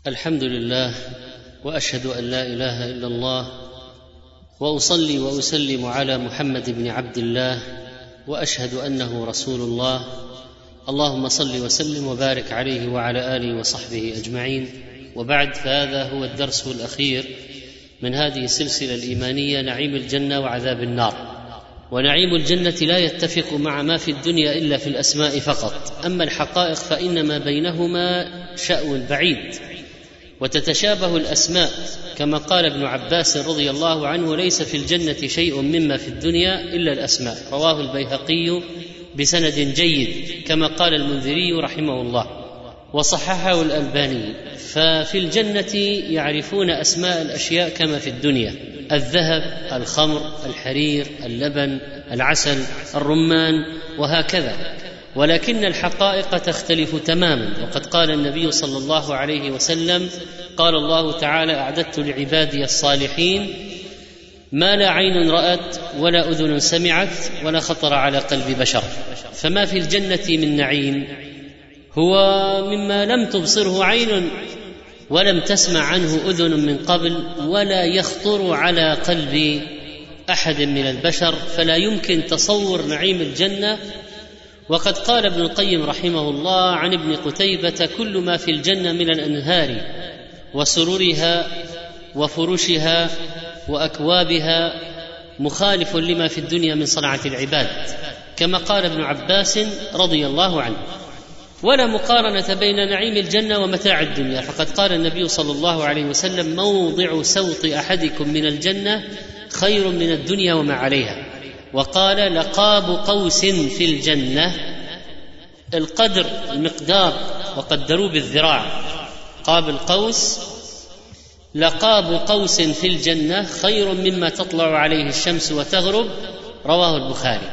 الحمد لله، واشهد ان لا اله الا الله، واصلي واسلم على محمد بن عبد الله، واشهد انه رسول الله. اللهم صل وسلم وبارك عليه وعلى اله وصحبه اجمعين، وبعد، فهذا هو الدرس الاخير من هذه السلسله الايمانيه، نعيم الجنه وعذاب النار. ونعيم الجنه لا يتفق مع ما في الدنيا الا في الاسماء فقط، اما الحقائق فان ما بينهما شأن بعيد، وتتشابه الأسماء، كما قال ابن عباس رضي الله عنه: ليس في الجنة شيء مما في الدنيا إلا الأسماء. رواه البيهقي بسند جيد، كما قال المنذري رحمه الله، وصححه الألباني. ففي الجنة يعرفون أسماء الأشياء كما في الدنيا: الذهب، الخمر، الحرير، اللبن، العسل، الرمان، وهكذا. ولكن الحقائق تختلف تماما، وقد قال النبي صلى الله عليه وسلم: قال الله تعالى: أعددت لعبادي الصالحين ما لا عين رأت ولا أذن سمعت ولا خطر على قلب بشر. فما في الجنة من نعيم هو مما لم تبصره عين ولم تسمع عنه أذن من قبل ولا يخطر على قلب أحد من البشر، فلا يمكن تصور نعيم الجنة. وقد قال ابن القيم رحمه الله عن ابن قتيبة: كل ما في الجنة من الأنهار وسرورها وفرشها وأكوابها مخالف لما في الدنيا من صنعة العباد، كما قال ابن عباس رضي الله عنه. ولا مقارنة بين نعيم الجنة ومتاع الدنيا، فقد قال النبي صلى الله عليه وسلم: موضع سوط أحدكم من الجنة خير من الدنيا وما عليها. وقال: لقاب قوس في الجنة، القدر المقدار وقدروه بالذراع، قاب القوس، لقاب قوس في الجنة خير مما تطلع عليه الشمس وتغرب. رواه البخاري.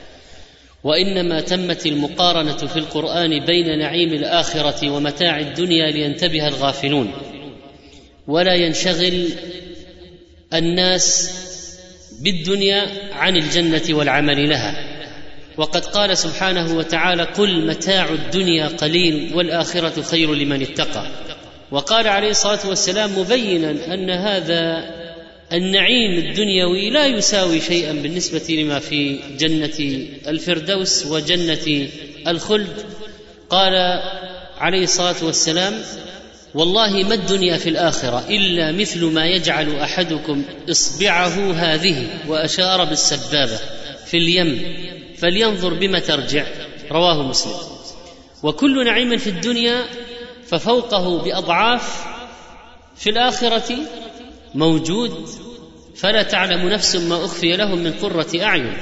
وإنما تمت المقارنة في القرآن بين نعيم الآخرة ومتاع الدنيا لينتبه الغافلون ولا ينشغل الناس بالدنيا عن الجنة والعمل لها. وقد قال سبحانه وتعالى: قل متاع الدنيا قليل والآخرة خير لمن اتقى. وقال عليه الصلاة والسلام مبينا أن هذا النعيم الدنيوي لا يساوي شيئا بالنسبة لما في جنة الفردوس وجنة الخلد. قال عليه الصلاة والسلام: والله ما الدنيا في الآخرة إلا مثل ما يجعل أحدكم إصبعه هذه، وأشار بالسبابة، في اليم، فلينظر بما ترجع. رواه مسلم. وكل نعيم في الدنيا ففوقه بأضعاف في الآخرة موجود، فلا تعلم نفس ما أخفي لهم من قرة أعين.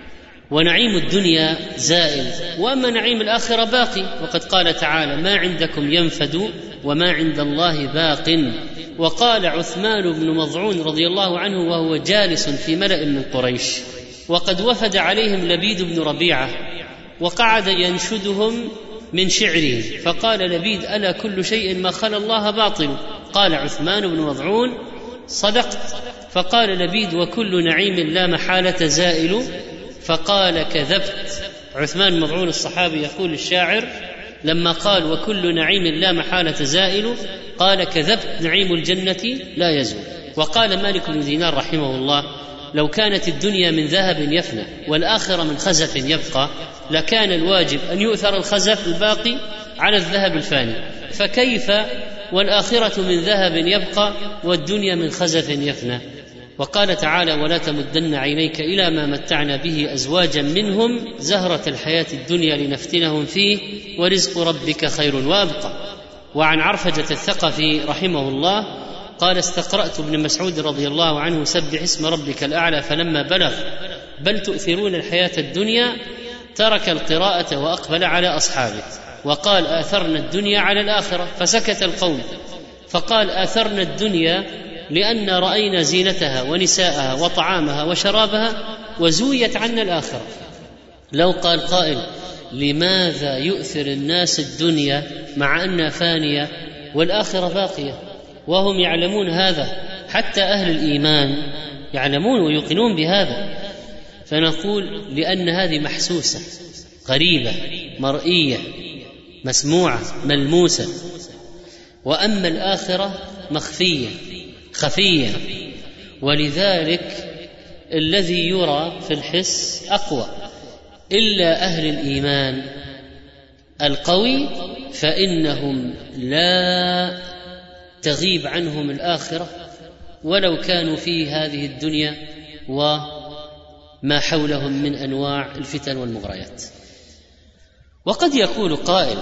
ونعيم الدنيا زائل، وأما نعيم الآخرة باقي. وقد قال تعالى: ما عندكم ينفد وما عند الله باق. وقال عثمان بن مظعون رضي الله عنه وهو جالس في ملأ من قريش، وقد وفد عليهم لبيد بن ربيعة، وقعد ينشدهم من شعره، فقال لبيد: ألا كل شيء ما خلا الله باطل؟ قال عثمان بن مظعون: صدقت. فقال لبيد: وكل نعيم لا محالة زائل؟ فقال: كذبت. عثمان بن مظعون الصحابي يقول الشاعر لما قال: وكل نعيم لا محالة زائل، قال: كذبت، نعيم الجنة لا يزول. وقال مالك بن دينار رحمه الله: لو كانت الدنيا من ذهب يفنى والآخرة من خزف يبقى، لكان الواجب أن يؤثر الخزف الباقي على الذهب الفاني، فكيف والآخرة من ذهب يبقى والدنيا من خزف يفنى؟ وقال تعالى: ولا تمدن عينيك إلى ما متعنا به أزواجا منهم زهرة الحياة الدنيا لنفتنهم فيه ورزق ربك خير وأبقى. وعن عرفجة الثقفي رحمه الله قال: استقرأت ابن مسعود رضي الله عنه: سبح اسم ربك الأعلى، فلما بلغ بل تؤثرون الحياة الدنيا ترك القراءة وأقبل على أصحابه، وقال: آثرنا الدنيا على الآخرة، فسكت القوم، فقال: آثرنا الدنيا لأن رأينا زينتها ونساءها وطعامها وشرابها وزويت عنا الآخرة. لو قال قائل: لماذا يؤثر الناس الدنيا مع أنها فانية والآخرة باقية؟ وهم يعلمون هذا، حتى أهل الإيمان يعلمون ويوقنون بهذا. فنقول: لأن هذه محسوسة، قريبة، مرئية، مسموعة، ملموسة. وأما الآخرة مخفية خفية، ولذلك الذي يرى في الحس أقوى، إلا أهل الإيمان القوي فإنهم لا تغيب عنهم الآخرة ولو كانوا في هذه الدنيا وما حولهم من أنواع الفتن والمغريات. وقد يقول قائل: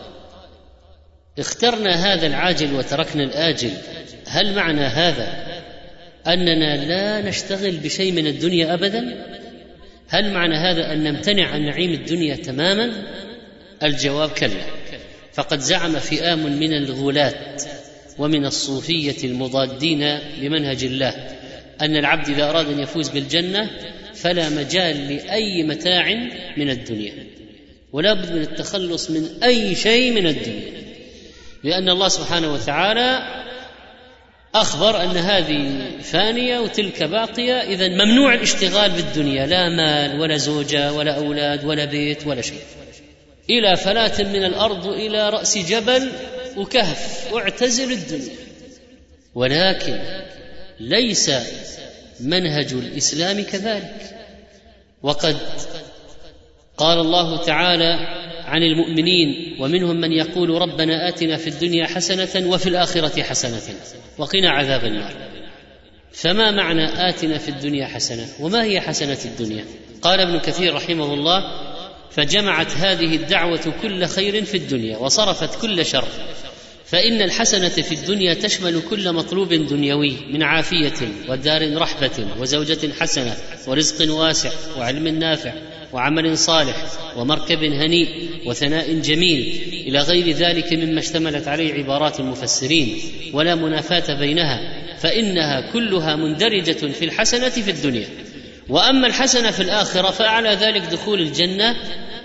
اخترنا هذا العاجل وتركنا الآجل، هل معنى هذا أننا لا نشتغل بشيء من الدنيا أبدا؟ هل معنى هذا أن نمتنع عن نعيم الدنيا تماما؟ الجواب: كلا. فقد زعم فئام من الغلاة ومن الصوفية المضادين لمنهج الله أن العبد إذا أراد أن يفوز بالجنة فلا مجال لأي متاع من الدنيا، ولا بد من التخلص من أي شيء من الدنيا، لأن الله سبحانه وتعالى أخبر أن هذه فانية وتلك باقية، إذن ممنوع الاشتغال بالدنيا، لا مال ولا زوجة ولا أولاد ولا بيت ولا شيء، إلى فلاة من الأرض إلى رأس جبل وكهف، واعتزل الدنيا. ولكن ليس منهج الإسلام كذلك، وقد قال الله تعالى عن المؤمنين: ومنهم من يقول ربنا آتنا في الدنيا حسنة وفي الآخرة حسنة وقنا عذاب النار. فما معنى آتنا في الدنيا حسنة؟ وما هي حسنة الدنيا؟ قال ابن كثير رحمه الله: فجمعت هذه الدعوة كل خير في الدنيا وصرفت كل شر، فإن الحسنة في الدنيا تشمل كل مطلوب دنيوي من عافية ودار رحبة وزوجة حسنة ورزق واسع وعلم نافع وعمل صالح ومركب هنيء وثناء جميل إلى غير ذلك مما اشتملت عليه عبارات المفسرين، ولا منافاة بينها، فإنها كلها مندرجة في الحسنة في الدنيا. وأما الحسنة في الآخرة فأعلى ذلك دخول الجنة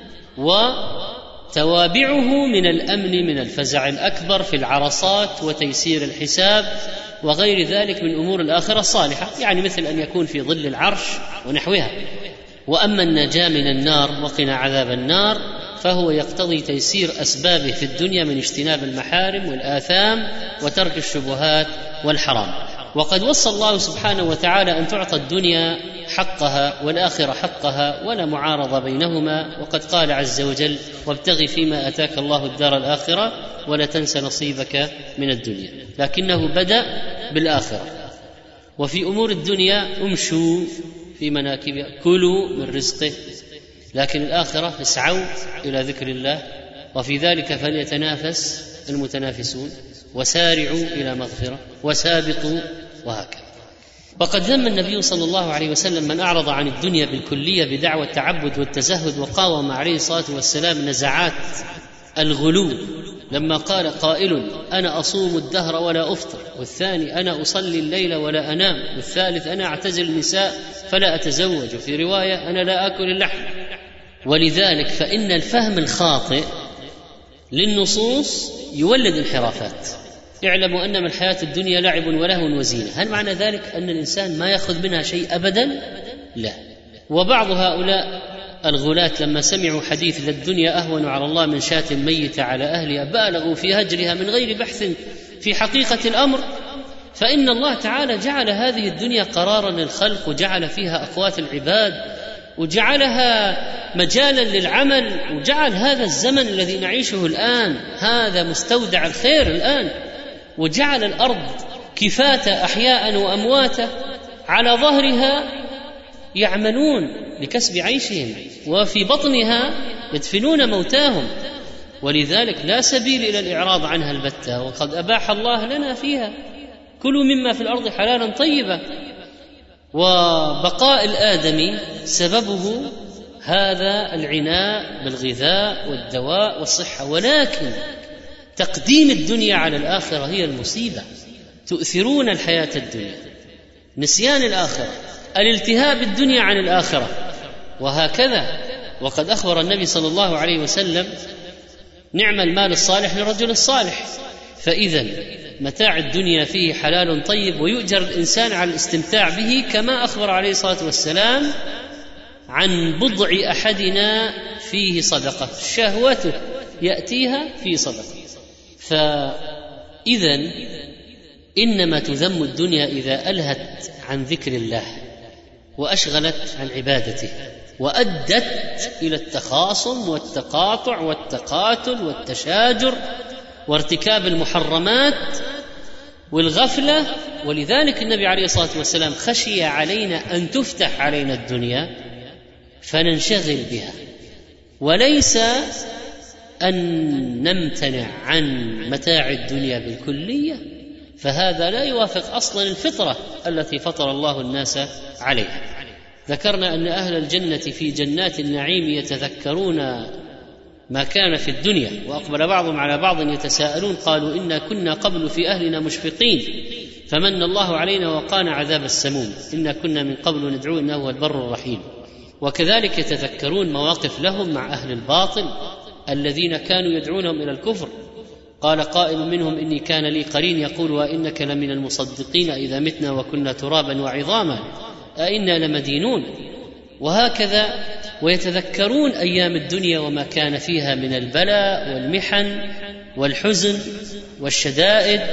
وتوابعه من الأمن من الفزع الأكبر في العرصات وتيسير الحساب وغير ذلك من أمور الآخرة الصالحة، يعني مثل أن يكون في ظل العرش ونحوها. وأما النجاة من النار وقنا عذاب النار فهو يقتضي تيسير أسبابه في الدنيا من اجتناب المحارم والآثام وترك الشبهات والحرام. وقد وصى الله سبحانه وتعالى أن تعطى الدنيا حقها والآخرة حقها ولا معارضة بينهما، وقد قال عز وجل: وابتغ فيما آتاك الله الدار الآخرة ولا تنس نصيبك من الدنيا. لكنه بدأ بالآخرة. وفي أمور الدنيا امشوا في مناكبها، كلوا من رزقه، لكن الآخرة اسعوا إلى ذكر الله، وفي ذلك فليتنافس المتنافسون، وسارعوا إلى مغفرة، وسابقوا، وهكذا. وقد ذم النبي صلى الله عليه وسلم من أعرض عن الدنيا بالكلية بدعوى التعبد والتزهد، وقاوم عليه الصلاة والسلام نزعات الغلو لما قال قائل: أنا أصوم الدهر ولا أفطر، والثاني: أنا أصلي الليل ولا أنام، والثالث: أنا أعتزل النساء فلا أتزوج، وفي رواية: أنا لا آكل اللحم. ولذلك فإن الفهم الخاطئ للنصوص يولد انحرافات. اعلموا أنما الحياة الدنيا لعب ولهو وزينة. هل معنى ذلك أن الإنسان ما يأخذ منها شيء أبدا؟ لا. وبعض هؤلاء الغلاة لما سمعوا حديث للدنيا أهون على الله من شاة ميتة على أهلها بالغوا في هجرها من غير بحث في حقيقة الأمر، فإن الله تعالى جعل هذه الدنيا قرارا للخلق، وجعل فيها أقوات العباد، وجعلها مجالا للعمل، وجعل هذا الزمن الذي نعيشه الآن هذا مستودع الخير الآن، وجعل الأرض كفاة أحياء وأمواتا على ظهرها يعملون لكسب عيشهم، وفي بطنها يدفنون موتاهم. ولذلك لا سبيل إلى الإعراض عنها البتة، وقد أباح الله لنا فيها: كلوا مما في الأرض حلالا طيبا. وبقاء الآدمي سببه هذا العناء بالغذاء والدواء والصحة، ولكن تقديم الدنيا على الآخرة هي المصيبة. تؤثرون الحياة الدنيا، نسيان الآخرة، الالتهاب بالدنيا عن الآخرة، وهكذا. وقد أخبر النبي صلى الله عليه وسلم: نعم المال الصالح للرجل الصالح. فإذا متاع الدنيا فيه حلال طيب، ويؤجر الإنسان على الاستمتاع به، كما أخبر عليه الصلاة والسلام عن بضع أحدنا فيه صدقة، شهوته يأتيها في صدقة. إذن إنما تذم الدنيا إذا ألهت عن ذكر الله وأشغلت عن عبادته وأدت إلى التخاصم والتقاطع والتقاتل والتشاجر وارتكاب المحرمات والغفلة. ولذلك النبي عليه الصلاة والسلام خشي علينا أن تفتح علينا الدنيا فننشغل بها، وليس أن نمتنع عن متاع الدنيا بالكلية، فهذا لا يوافق أصلا الفطرة التي فطر الله الناس عليها. ذكرنا أن أهل الجنة في جنات النعيم يتذكرون ما كان في الدنيا، وأقبل بعضهم على بعض يتساءلون قالوا إنا كنا قبل في أهلنا مشفقين فمن الله علينا وقانا عذاب السموم إنا كنا من قبل ندعوه إنه هو البر الرحيم. وكذلك يتذكرون مواقف لهم مع أهل الباطل الذين كانوا يدعونهم إلى الكفر. قال قائل منهم إني كان لي قرين يقول وإنك لمن المصدقين إذا متنا وكنا ترابا وعظاما أئنا لمدينون. وهكذا ويتذكرون أيام الدنيا وما كان فيها من البلاء والمحن والحزن والشدائد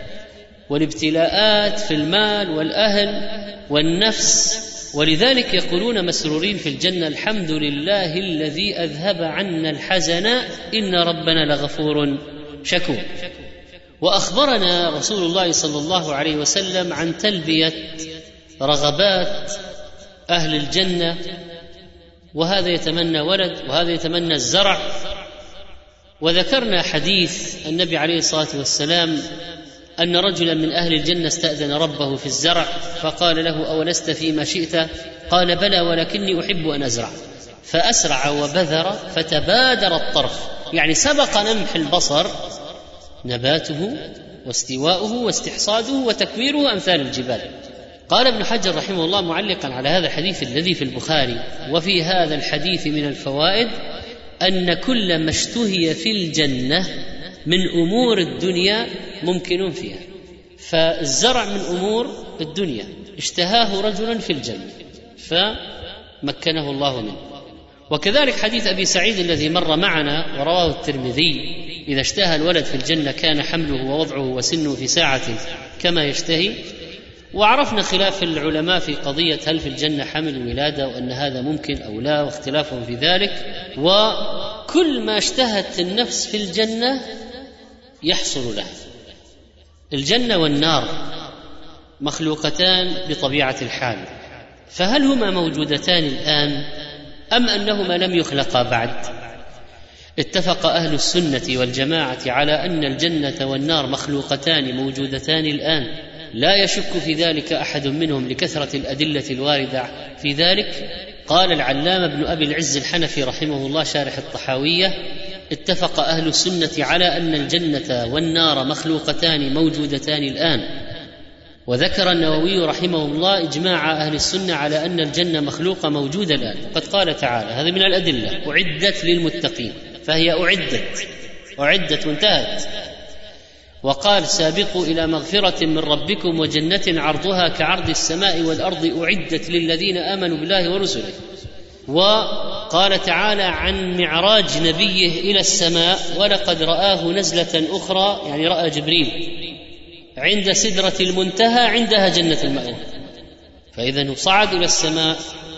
والابتلاءات في المال والأهل والنفس. ولذلك يقولون مسرورين في الجنة الحمد لله الذي أذهب عنا الحزن إن ربنا لغفور شكور. وأخبرنا رسول الله صلى الله عليه وسلم عن تلبية رغبات أهل الجنة، وهذا يتمنى ولد وهذا يتمنى الزرع. وذكرنا حديث النبي عليه الصلاة والسلام أن رجلا من أهل الجنة استأذن ربه في الزرع فقال له أولست فيما شئت؟ قال بلى ولكني أحب أن أزرع، فأسرع وبذر فتبادر الطرف، يعني سبق لمح البصر نباته واستواؤه واستحصاده وتكويره أمثال الجبال. قال ابن حجر رحمه الله معلقا على هذا الحديث الذي في البخاري: وفي هذا الحديث من الفوائد أن كل ما اشتهي في الجنة من أمور الدنيا ممكن فيها. فالزرع من أمور الدنيا اشتهاه رجل في الجنة فمكنه الله منه. وكذلك حديث أبي سعيد الذي مر معنا ورواه الترمذي: إذا اشتهى الولد في الجنة كان حمله ووضعه وسنه في ساعة كما يشتهي. وعرفنا خلاف العلماء في قضية هل في الجنة حمل ولادة وأن هذا ممكن أو لا، واختلافهم في ذلك. وكل ما اشتهت النفس في الجنة يحصل لها. الجنة والنار مخلوقتان بطبيعة الحال، فهل هما موجودتان الآن أم أنهما لم يخلقا بعد؟ اتفق أهل السنة والجماعة على أن الجنة والنار مخلوقتان موجودتان الآن، لا يشك في ذلك أحد منهم لكثرة الأدلة الواردة في ذلك. قال العلامة ابن أبي العز الحنفي رحمه الله شارح الطحاوية: اتفق أهل السنة على أن الجنة والنار مخلوقتان موجودتان الآن. وذكر النووي رحمه الله إجماع أهل السنة على أن الجنة مخلوقة موجودة الآن، وقد قال تعالى: هذا من الأدلة، أعدت للمتقين، فهي أعدت وانتهت. وقال: سابقوا إلى مغفرة من ربكم وجنة عرضها كعرض السماء والأرض أعدت للذين آمنوا بالله ورسله. وقال تعالى عن معراج نبيه إلى السماء: ولقد رآه نزلة أخرى، يعني رأى جبريل عند سدرة المنتهى عندها جنة المأوى. فإذا صعد إلى السماء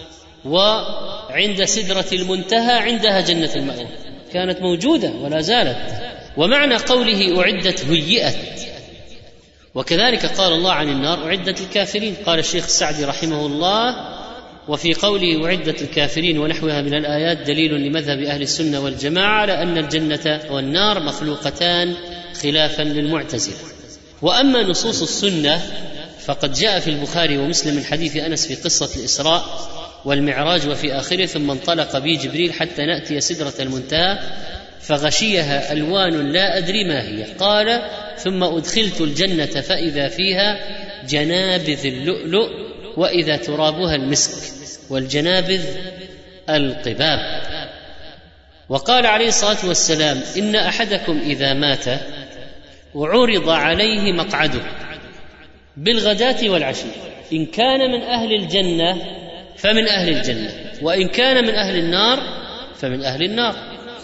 وعند سدرة المنتهى عندها جنة المأوى، كانت موجودة ولا زالت. ومعنى قوله أعدت هيئت. وكذلك قال الله عن النار: أعدت الكافرين. قال الشيخ السعدي رحمه الله: وفي قوله أعدت الكافرين ونحوها من الآيات دليل لمذهب أهل السنة والجماعة على أن الجنة والنار مخلوقتان خلافا للمعتزلة. وأما نصوص السنة فقد جاء في البخاري ومسلم من حديث أنس في قصة الإسراء والمعراج وفي آخره: ثم انطلق بي جبريل حتى نأتي سدرة المنتهى فغشيها ألوان لا أدري ما هي. قال: ثم أدخلت الجنة فإذا فيها جنابذ اللؤلؤ وإذا ترابها المسك، والجنابذ القباب. وقال عليه الصلاة والسلام: إن أحدكم إذا مات وعرض عليه مقعده بالغداة والعشي، إن كان من أهل الجنة فمن أهل الجنة، وإن كان من أهل النار فمن أهل النار.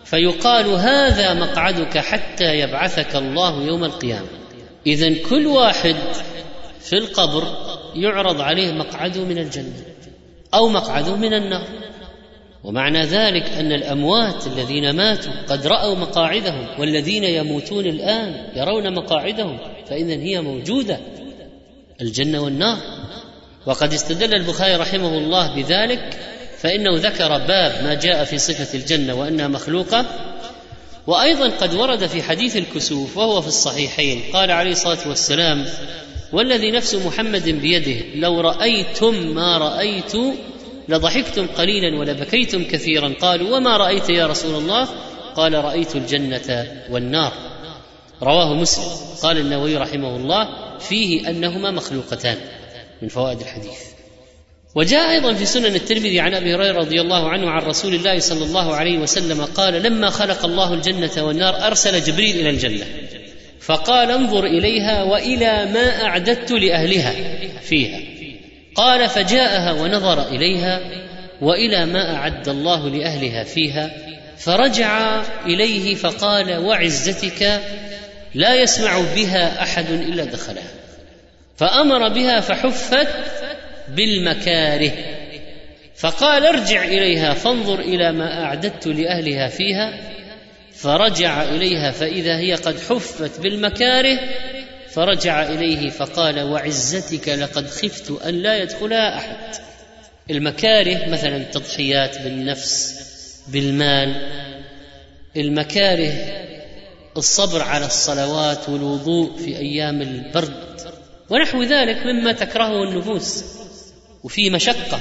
فيقال هذا مقعدك حتى يبعثك الله يوم القيامة. إذن كل واحد في القبر يعرض عليه مقعده من الجنة أو مقعده من النار. ومعنى ذلك أن الأموات الذين ماتوا قد رأوا مقاعدهم، والذين يموتون الآن يرون مقاعدهم، فإذن هي موجودة الجنة والنار. وقد استدل البخاري رحمه الله بذلك، فإنه ذكر باب ما جاء في صفة الجنة وأنها مخلوقة. وأيضا قد ورد في حديث الكسوف وهو في الصحيحين، قال عليه الصلاة والسلام: والذي نفس محمد بيده لو رأيتم ما رأيت لضحكتم قليلا ولبكيتم كثيرا. قالوا: وما رأيت يا رسول الله؟ قال: رأيت الجنة والنار. رواه مسلم. قال النووي رحمه الله: فيه أنهما مخلوقتان، من فوائد الحديث. وجاء أيضا في سنن الترمذي عن أبي هريرة رضي الله عنه عن رسول الله صلى الله عليه وسلم قال: لما خلق الله الجنة والنار أرسل جبريل إلى الجنة فقال: انظر إليها وإلى ما أعددت لأهلها فيها. قال: فجاءها ونظر إليها وإلى ما أعد الله لأهلها فيها، فرجع إليه فقال: وعزتك لا يسمع بها أحد إلا دخلها. فأمر بها فحفت بالمكاره، فقال: ارجع إليها فانظر إلى ما أعددت لأهلها فيها. فرجع إليها فإذا هي قد حفت بالمكاره، فرجع إليه فقال: وعزتك لقد خفت أن لا يدخلها أحد. المكاره مثلا التضحيات بالنفس بالمال، المكاره الصبر على الصلوات والوضوء في أيام البرد ونحو ذلك مما تكرهه النفوس وفي مشقة.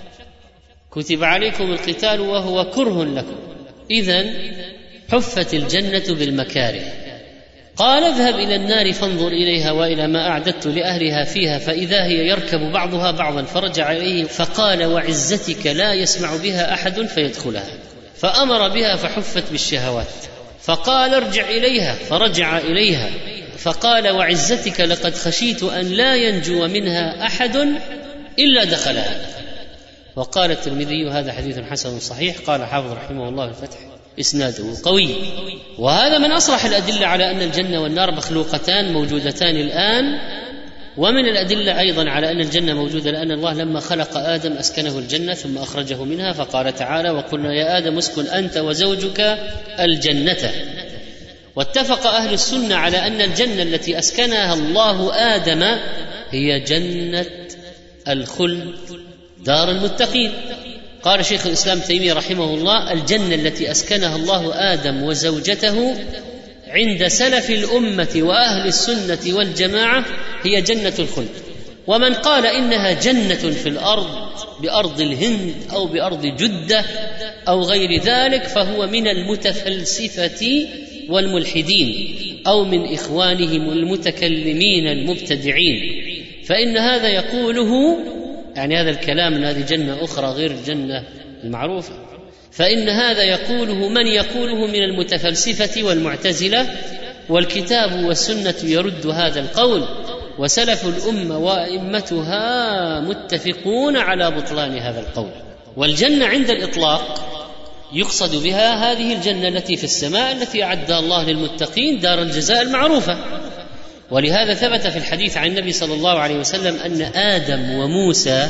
كتب عليكم القتال وهو كره لكم. إذن حفت الجنة بالمكاره. قال: اذهب إلى النار فانظر إليها وإلى ما أعددت لأهلها فيها، فإذا هي يركب بعضها بعضا. فرجع إليه فقال: وعزتك لا يسمع بها أحد فيدخلها. فأمر بها فحفت بالشهوات. فقال: ارجع إليها. فرجع إليها فقال: وعزتك لقد خشيت أن لا ينجو منها أحد إلا دخلها. وقال الترمذي: هذا حديث حسن صحيح. قال حافظ رحمه الله في الفتح: إسناده قوي. وهذا من أصرح الأدلة على أن الجنة والنار مخلوقتان موجودتان الآن. ومن الأدلة أيضا على أن الجنة موجودة لأن الله لما خلق آدم أسكنه الجنة ثم أخرجه منها، فقال تعالى: وقلنا يا آدم اسكن أنت وزوجك الجنة. واتفق أهل السنة على أن الجنة التي أسكنها الله آدم هي جنة الخلد دار المتقين. قال شيخ الإسلام تيمية رحمه الله: الجنة التي أسكنها الله آدم وزوجته عند سلف الأمة وأهل السنة والجماعة هي جنة الخلد. ومن قال إنها جنة في الأرض بأرض الهند أو بأرض جدة أو غير ذلك فهو من المتفلسفة والملحدين أو من إخوانهم المتكلمين المبتدعين. فإن هذا يقوله، يعني هذا الكلام أن هذه جنة أخرى غير الجنة المعروفة، فإن هذا يقوله من يقوله من المتفلسفة والمعتزلة، والكتاب والسنة يرد هذا القول، وسلف الأمة وأئمتها متفقون على بطلان هذا القول. والجنة عند الإطلاق يقصد بها هذه الجنة التي في السماء التي أعدها الله للمتقين دار الجزاء المعروفة. ولهذا ثبت في الحديث عن النبي صلى الله عليه وسلم أن آدم وموسى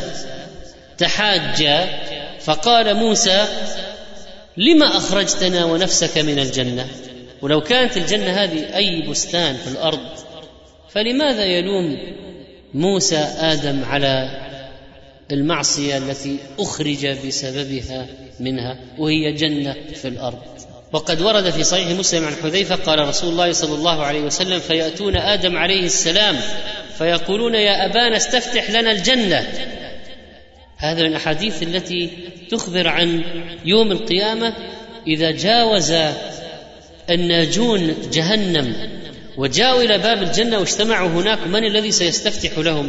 تحاجا، فقال موسى: لما أخرجتنا ونفسك من الجنة؟ ولو كانت الجنة هذه أي بستان في الأرض فلماذا يلوم موسى آدم على المعصية التي أخرج بسببها منها وهي جنة في الأرض؟ وقد ورد في صحيح مسلم عن حذيفة قال رسول الله صلى الله عليه وسلم: فيأتون آدم عليه السلام فيقولون: يا أبانا استفتح لنا الجنة. هذا من الأحاديث التي تخبر عن يوم القيامة إذا جاوز الناجون جهنم وجاءوا إلى باب الجنة واجتمعوا هناك، من الذي سيستفتح لهم؟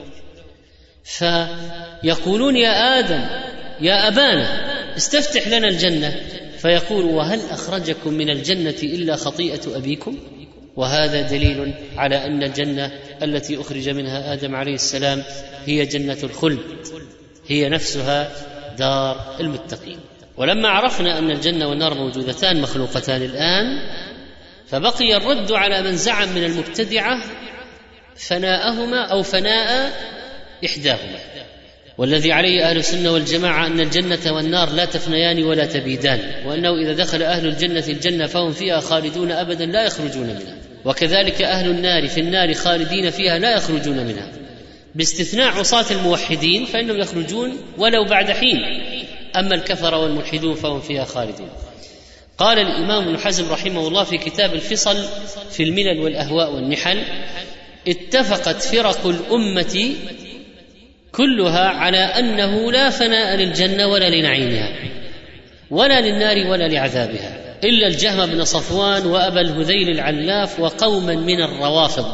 فيقولون: يا آدم يا أبانا استفتح لنا الجنة. فيقول: وهل أخرجكم من الجنة إلا خطيئة أبيكم؟ وهذا دليل على أن الجنة التي أخرج منها آدم عليه السلام هي جنة الخلد، هي نفسها دار المتقين. ولما عرفنا أن الجنة والنار موجودتان مخلوقتان الآن، فبقي الرد على من زعم من المبتدعة فناءهما أو فناء إحداهما. والذي عليه أهل السنة والجماعة أن الجنة والنار لا تفنيان ولا تبيدان، وأنه إذا دخل أهل الجنة الجنة فهم فيها خالدون أبدا لا يخرجون منها، وكذلك أهل النار في النار خالدين فيها لا يخرجون منها، باستثناء عصاة الموحدين فإنهم يخرجون ولو بعد حين، أما الكفر والملحدون فهم فيها خالدون. قال الإمام ابن حزم رحمه الله في كتاب الفصل في الملل والأهواء والنحل: اتفقت فرق الأمة كلها على أنه لا فناء للجنة ولا لنعيمها ولا للنار ولا لعذابها، إلا الجهم بن صفوان وأبا الهذيل العلاف وقوما من الروافض.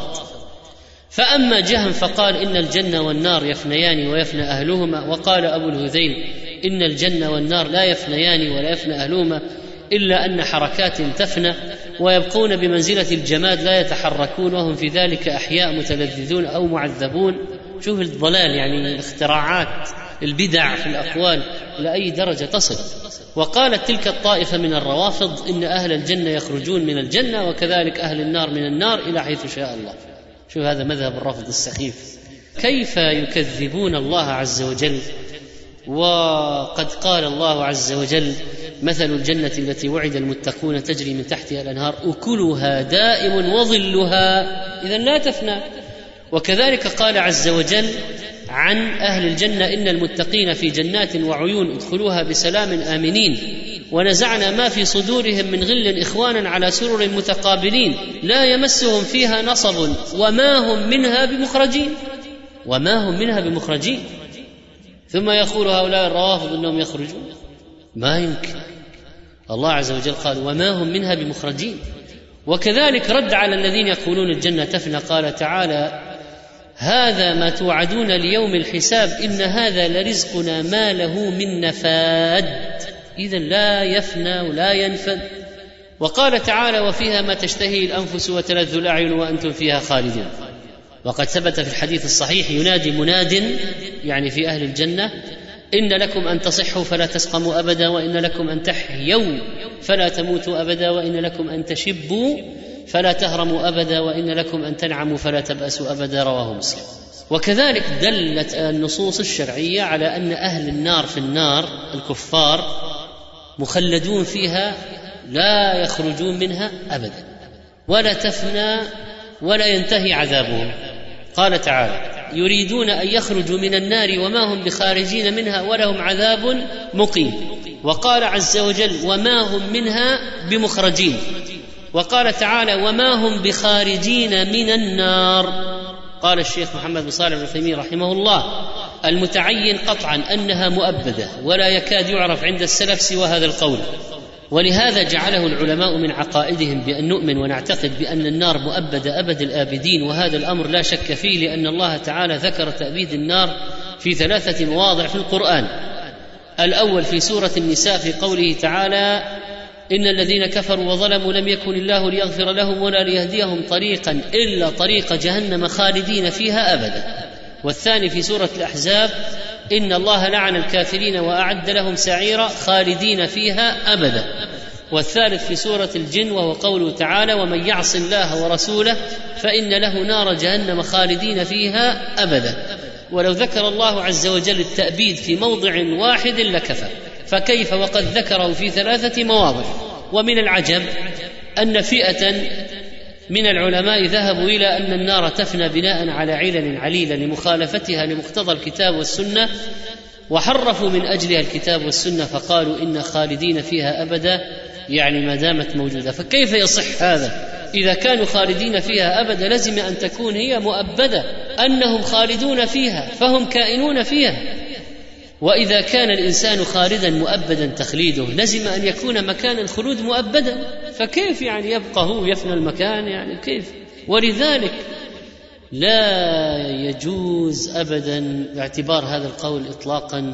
فأما جهم فقال إن الجنة والنار يفنيان ويفنى أهلهما، وقال أبو الهذيل إن الجنة والنار لا يفنيان ولا يفنى أهلهما إلا أن حركات تفنى ويبقون بمنزلة الجماد لا يتحركون، وهم في ذلك أحياء متلذذون أو معذبون. شوف الضلال، يعني الاختراعات، البدع في الأقوال إلى أي درجة تصل. وقالت تلك الطائفة من الروافض إن أهل الجنة يخرجون من الجنة وكذلك أهل النار من النار إلى حيث شاء الله. شوف هذا مذهب الرافض السخيف، كيف يكذبون الله عز وجل. وقد قال الله عز وجل: مثل الجنة التي وعد المتقون تجري من تحتها الأنهار أكلها دائم وظلها، إذن لا تفنى. وكذلك قال عز وجل عن أهل الجنة: إن المتقين في جنات وعيون ادخلوها بسلام آمنين ونزعنا ما في صدورهم من غل إخوانا على سرر متقابلين لا يمسهم فيها نصب وما هم منها بمخرجين. وما هم منها بمخرجين. ثم يقول هؤلاء الروافض إنهم يخرجون، ما يمكن. الله عز وجل قال: وما هم منها بمخرجين. وكذلك رد على الذين يقولون الجنة تفنى، قال تعالى: هذا ما توعدون ليوم الحساب إن هذا لرزقنا ما له من نفاد، إذن لا يفنى ولا ينفد. وقال تعالى: وفيها ما تشتهي الأنفس وتلذ الأعين وأنتم فيها خالدون. وقد ثبت في الحديث الصحيح ينادي مناد، يعني في أهل الجنة: إن لكم أن تصحوا فلا تسقموا أبدا، وإن لكم أن تحيوا فلا تموتوا أبدا، وإن لكم أن تشبوا فلا تهرموا أبدا، وإن لكم أن تنعموا فلا تبأسوا أبدا. رواه مسلم. وكذلك دلت النصوص الشرعية على أن أهل النار في النار الكفار مخلدون فيها لا يخرجون منها أبدا، ولا تفنى ولا ينتهي عذابهم. قال تعالى: يريدون أن يخرجوا من النار وما هم بخارجين منها ولهم عذاب مقيم. وقال عز وجل: وما هم منها بمخرجين. وقال تعالى: وما هم بخارجين من النار. قال الشيخ محمد بن صالح العثيمين رحمه الله: المتعين قطعا أنها مؤبدة، ولا يكاد يعرف عند السلف سوى هذا القول. ولهذا جعله العلماء من عقائدهم بأن نؤمن ونعتقد بأن النار مؤبدة أبد الآبدين، وهذا الأمر لا شك فيه، لأن الله تعالى ذكر تأبيد النار في 3 مواضع في القرآن. الأول في سورة النساء في قوله تعالى: إن الذين كفروا وظلموا لم يكن الله ليغفر لهم ولا ليهديهم طريقا إلا طريق جهنم خالدين فيها أبدا. والثاني في سورة الأحزاب: إن الله لعن الكافرين وأعد لهم سعيرا خالدين فيها أبدا. والثالث في سورة الجن وهو قوله تعالى: ومن يعص الله ورسوله فإن له نار جهنم خالدين فيها أبدا. ولو ذكر الله عز وجل التأبيد في موضع واحد لكفى، فكيف وقد ذكره في 3 مواضع؟ ومن العجب أن فئة من العلماء ذهبوا إلى أن النار تفنى بناء على علل عليلة لمخالفتها لمقتضى الكتاب والسنة، وحرفوا من أجلها الكتاب والسنة، فقالوا إن خالدين فيها أبدا، يعني ما دامت موجودة. فكيف يصح هذا؟ إذا كانوا خالدين فيها أبدا لزم أن تكون هي مؤبدة، أنهم خالدون فيها فهم كائنون فيها. وإذا كان الإنسان خالدا مؤبدا تخليده لزم أن يكون مكان الخلود مؤبدا، فكيف يعني يبقى هو يفنى المكان؟ يعني كيف؟ ولذلك لا يجوز أبدا اعتبار هذا القول إطلاقا.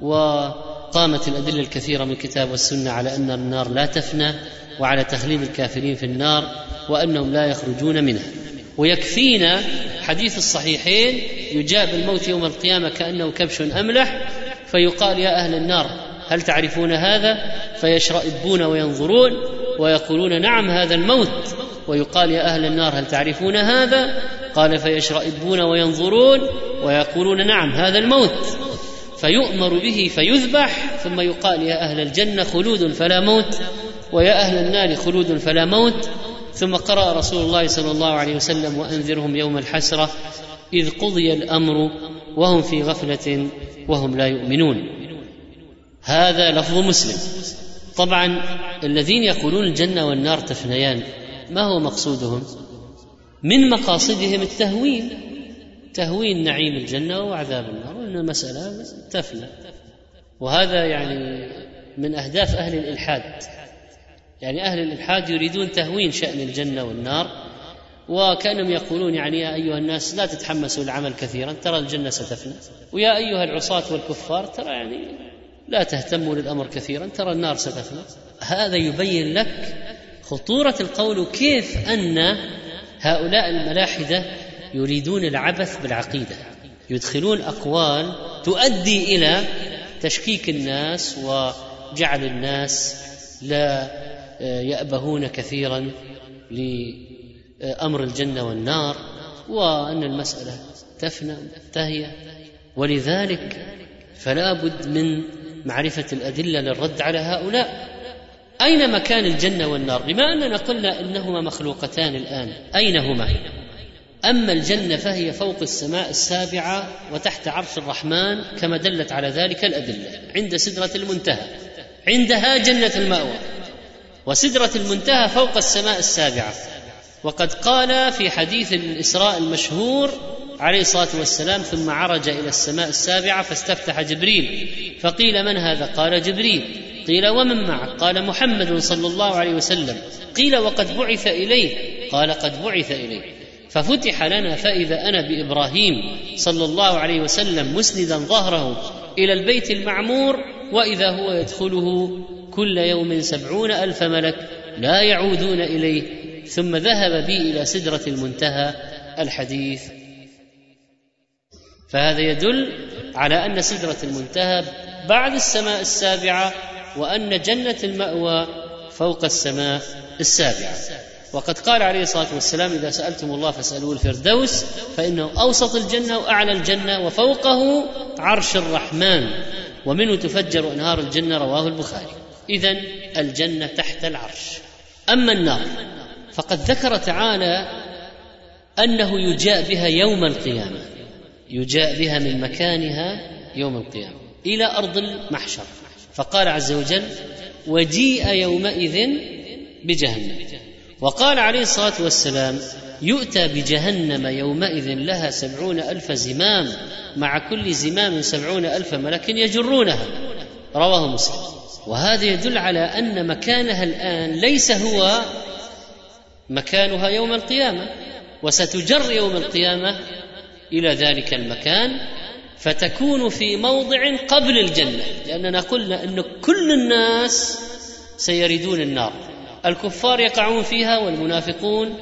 وقامت الأدلة الكثيرة من الكتاب والسنة على أن النار لا تفنى، وعلى تخليد الكافرين في النار، وأنهم لا يخرجون منها. ويكفينا حديث الصحيحين: يجاء بالموت يوم القيامة كأنه كبش أملح، فيقال: يا أهل النار هل تعرفون هذا؟ فيشرئبون وينظرون ويقولون نعم هذا الموت. ويقال يا أهل النار هل تعرفون هذا؟ قال فيشرئبون وينظرون ويقولون نعم هذا الموت، فيؤمر به فيذبح، ثم يقال يا أهل الجنة خلود فلا موت، ويا أهل النار خلود فلا موت. ثم قرأ رسول الله صلى الله عليه وسلم وأنذرهم يوم الحسرة إذ قضي الأمر وهم في غفلة وهم لا يؤمنون. هذا لفظ مسلم. طبعا الذين يقولون الجنة والنار تفنيان ما هو مقصودهم؟ من مقاصدهم تهوين نعيم الجنة وعذاب النار، وأن المسألة تفنى. وهذا يعني من أهداف أهل الإلحاد، يعني أهل الإلحاد يريدون تهوين شأن الجنة والنار، وكانهم يقولون يعني يا أيها الناس لا تتحمسوا العمل كثيرا ترى الجنة ستفنى، ويا أيها العصاة والكفار ترى يعني لا تهتموا للأمر كثيرا ترى النار ستفنى. هذا يبين لك خطورة القول، وكيف أن هؤلاء الملاحدة يريدون العبث بالعقيدة، يدخلون أقوال تؤدي إلى تشكيك الناس وجعل الناس لا يأبهون كثيرا لأمر الجنة والنار، وأن المسألة تفنى منتهية. ولذلك فلا بد من معرفة الأدلة للرد على هؤلاء. أين مكان الجنة والنار؟ بما أننا قلنا إنهما مخلوقتان الآن، أين هما؟ أما الجنة فهي فوق السماء السابعة وتحت عرش الرحمن كما دلت على ذلك الأدلة، عند سدرة المنتهى، عندها جنة المأوى، وسدرة المنتهى فوق السماء السابعة. وقد قال في حديث الإسراء المشهور عليه الصلاة والسلام ثم عرج إلى السماء السابعة فاستفتح جبريل فقيل من هذا؟ قال جبريل. قيل ومن معك؟ قال محمد صلى الله عليه وسلم. قيل وقد بعث إليه؟ قال قد بعث إليه. ففتح لنا فإذا أنا بإبراهيم صلى الله عليه وسلم مسندا ظهره إلى البيت المعمور، وإذا هو يدخله كل يوم 70,000 ملك لا يعودون إليه، ثم ذهب بي إلى سدرة المنتهى. الحديث. فهذا يدل على أن سدرة المنتهى بعد السماء السابعة، وأن جنة المأوى فوق السماء السابعة. وقد قال عليه الصلاة والسلام إذا سألتم الله فاسألوه الفردوس فإنه أوسط الجنة وأعلى الجنة وفوقه عرش الرحمن ومنه تفجر أنهار الجنة، رواه البخاري. إذن الجنة تحت العرش. أما النار فقد ذكر تعالى أنه يجاء بها يوم القيامة، يجاء بها من مكانها يوم القيامة إلى أرض المحشر، فقال عز وجل وجيء يومئذ بجهنم. وقال عليه الصلاة والسلام يؤتى بجهنم يومئذ لها 70,000 زمام مع كل زمام 70,000 ملك يجرونها، رواه مسلم. وهذا يدل على أن مكانها الآن ليس هو مكانها يوم القيامة، وستجر يوم القيامة إلى ذلك المكان فتكون في موضع قبل الجنة، لأننا قلنا أن كل الناس سيردون النار، الكفار يقعون فيها والمنافقون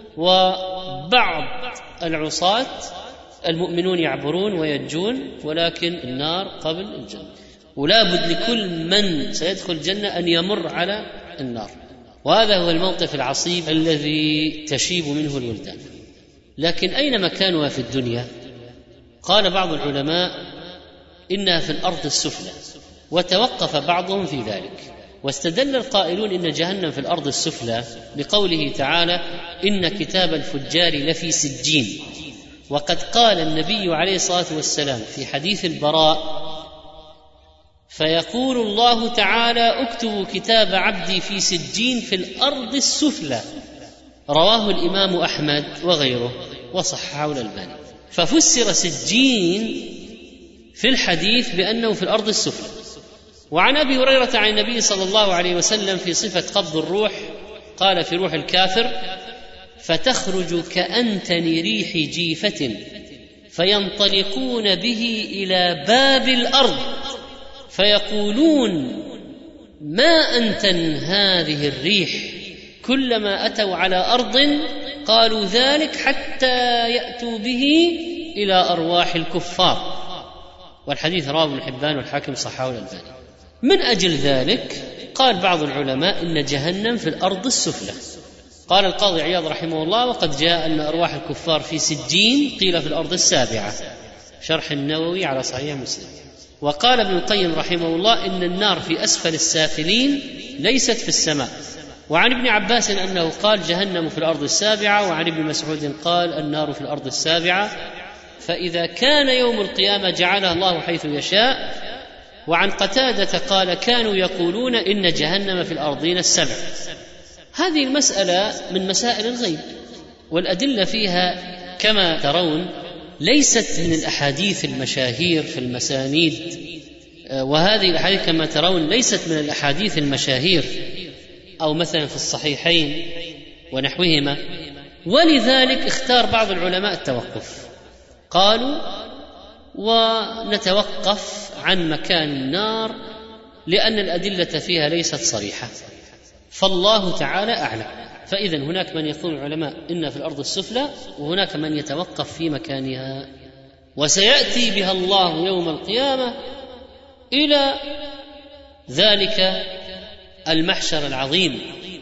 وبعض العصاة، المؤمنون يعبرون وينجون، ولكن النار قبل الجنة، ولا بد لكل من سيدخل الجنة أن يمر على النار. وهذا هو الموقف العصيب الذي تشيب منه الولدان. لكن أين مكانها في الدنيا؟ قال بعض العلماء إنها في الأرض السفلى، وتوقف بعضهم في ذلك، واستدل القائلون إن جهنم في الأرض السفلى بقوله تعالى إن كتاب الفجار لفي سجين. وقد قال النبي عليه الصلاة والسلام في حديث البراء فيقول الله تعالى اكتبوا كتاب عبدي في سجين في الأرض السفلى، رواه الإمام أحمد وغيره وصححه الألباني. ففسر سجين في الحديث بأنه في الأرض السفلى. وعن أبي هريرة عن النبي صلى الله عليه وسلم في صفة قبض الروح قال في روح الكافر فتخرج كأنتن ريح جيفة فينطلقون به إلى باب الأرض فيقولون ما أنتن هذه الريح، كلما أتوا على أرض قالوا ذلك حتى يأتوا به إلى أرواح الكفار. والحديث رواه ابن حبان والحاكم صححه الألباني. من أجل ذلك قال بعض العلماء إن جهنم في الأرض السفلى. قال القاضي عياض رحمه الله: وقد جاء أن أرواح الكفار في سجين قيل في الأرض السابعة، شرح النووي على صحيح مسلم. وقال ابن القيم رحمه الله: إن النار في أسفل السافلين ليست في السماء. وعن ابن عباس أنه قال: جهنم في الأرض السابعة. وعن ابن مسعود قال: النار في الأرض السابعة. فإذا كان يوم القيامة جعلها الله حيث يشاء. وعن قتادة قال: كانوا يقولون إن جهنم في الأرضين السبع. هذه المسألة من مسائل الغيب، والأدلة فيها كما ترون ليست من الأحاديث المشاهير في المسانيد، وهذه الأحاديث كما ترون ليست من الأحاديث المشاهير أو مثلا في الصحيحين ونحوهما. ولذلك اختار بعض العلماء التوقف، قالوا: ونتوقف عن مكان النار لأن الأدلة فيها ليست صريحة، فالله تعالى أعلم. فإذا هناك من يقول العلماء إن في الأرض السفلى، وهناك من يتوقف في مكانها، وسيأتي بها الله يوم القيامة إلى ذلك المحشر العظيم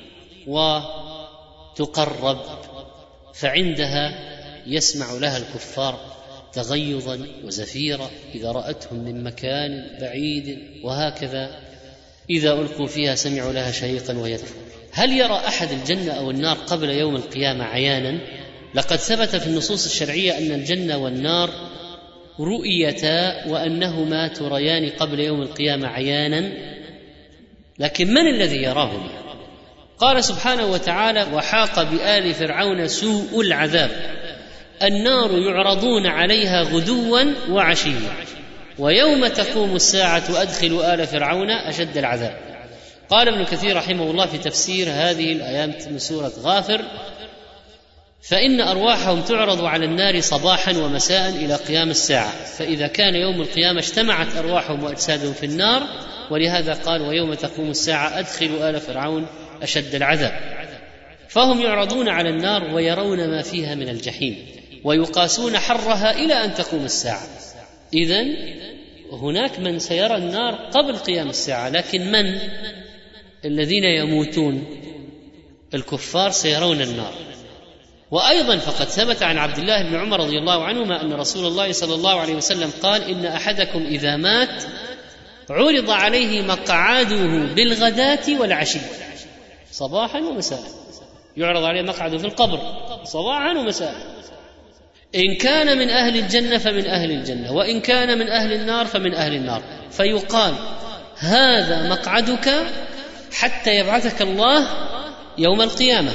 وتقرب، فعندها يسمع لها الكفار تغيظا وزفيرا إذا رأتهم من مكان بعيد، وهكذا إذا ألقوا فيها سمعوا لها شهيقا وهي تفور. هل يرى أحد الجنة أو النار قبل يوم القيامة عيانا؟ لقد ثبت في النصوص الشرعية أن الجنة والنار رؤيتا وأنهما تريان قبل يوم القيامة عيانا، لكن من الذي يراهما؟ قال سبحانه وتعالى: وحاق بآل فرعون سوء العذاب النار يعرضون عليها غدوا وعشيا ويوم تقوم الساعة أدخلوا آل فرعون أشد العذاب. قال ابن كثير رحمه الله في تفسير هذه الآيات من سورة غافر: فإن أرواحهم تعرض على النار صباحا ومساء إلى قيام الساعة، فإذا كان يوم القيامة اجتمعت أرواحهم وأجسادهم في النار، ولهذا قال: ويوم تقوم الساعة أدخلوا آل فرعون أشد العذاب. فهم يعرضون على النار ويرون ما فيها من الجحيم، ويقاسون حرها إلى أن تقوم الساعة. إذن هناك من سيرى النار قبل قيام الساعة، لكن من الذين يموتون الكفار سيرون النار. وأيضا فقد ثبت عن عبد الله بن عمر رضي الله عنهما أن رسول الله صلى الله عليه وسلم قال: إن أحدكم إذا مات عرض عليه مقعده بالغداة والعشي، صباحا ومساء، يعرض عليه مقعده في القبر صباحا ومساء، إن كان من أهل الجنة فمن أهل الجنة، وإن كان من أهل النار فمن أهل النار، فيقال: هذا مقعدك حتى يبعثك الله يوم القيامة.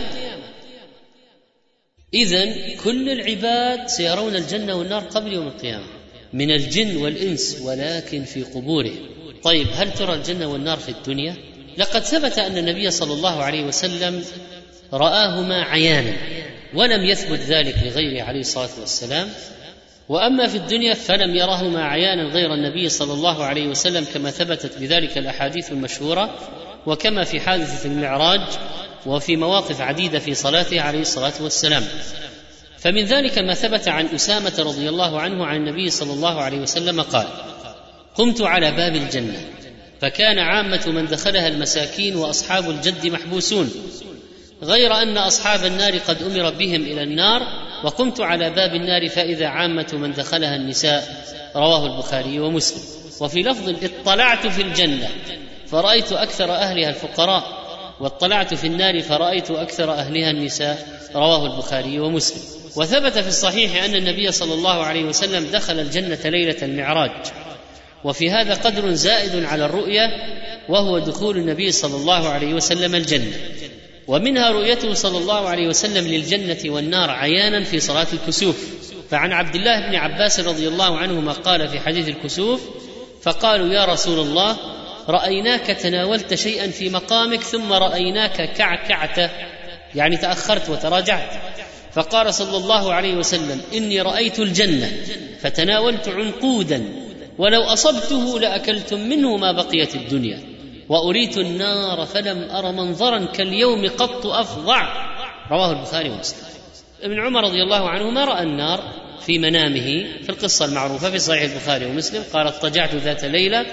إذن كل العباد سيرون الجنة والنار قبل يوم القيامة من الجن والإنس، ولكن في قبورهم. طيب، هل ترى الجنة والنار في الدنيا؟ لقد ثبت أن النبي صلى الله عليه وسلم رآهما عيانا، ولم يثبت ذلك لغيره عليه الصلاة والسلام. وأما في الدنيا فلم يرهما عيانا غير النبي صلى الله عليه وسلم، كما ثبتت بذلك الأحاديث المشهورة، وكما في حادثة المعراج، وفي مواقف عديدة في صلاته عليه الصلاة والسلام. فمن ذلك ما ثبت عن أسامة رضي الله عنه عن النبي صلى الله عليه وسلم قال: قمت على باب الجنة فكان عامة من دخلها المساكين وأصحاب الجد محبوسون، غير أن أصحاب النار قد أمر بهم إلى النار، وقمت على باب النار فإذا عامة من دخلها النساء. رواه البخاري ومسلم. وفي لفظ: اطلعت في الجنة فرأيت أكثر أهلها الفقراء، واطلعت في النار فرأيت أكثر أهلها النساء. رواه البخاري ومسلم. وثبت في الصحيح أن النبي صلى الله عليه وسلم دخل الجنة ليلة المعراج، وفي هذا قدر زائد على الرؤية، وهو دخول النبي صلى الله عليه وسلم الجنة، ومنها رؤيته صلى الله عليه وسلم للجنة والنار عيانا في صلاة الكسوف. فعن عبد الله بن عباس رضي الله عنهما قال في حديث الكسوف: فقالوا: يا رسول الله، رأيناك تناولت شيئا في مقامك ثم رأيناك كعكعت، يعني تأخرت وتراجعت. فقال صلى الله عليه وسلم: إني رأيت الجنة فتناولت عنقودا، ولو أصبته لأكلتم منه ما بقيت الدنيا، وأريت النار فلم أر منظرا كاليوم قط أفظع. رواه البخاري ومسلم. ابن عمر رضي الله عنهما رأى النار في منامه في القصة المعروفة في صحيح البخاري ومسلم. قال: اضطجعت ذات ليلة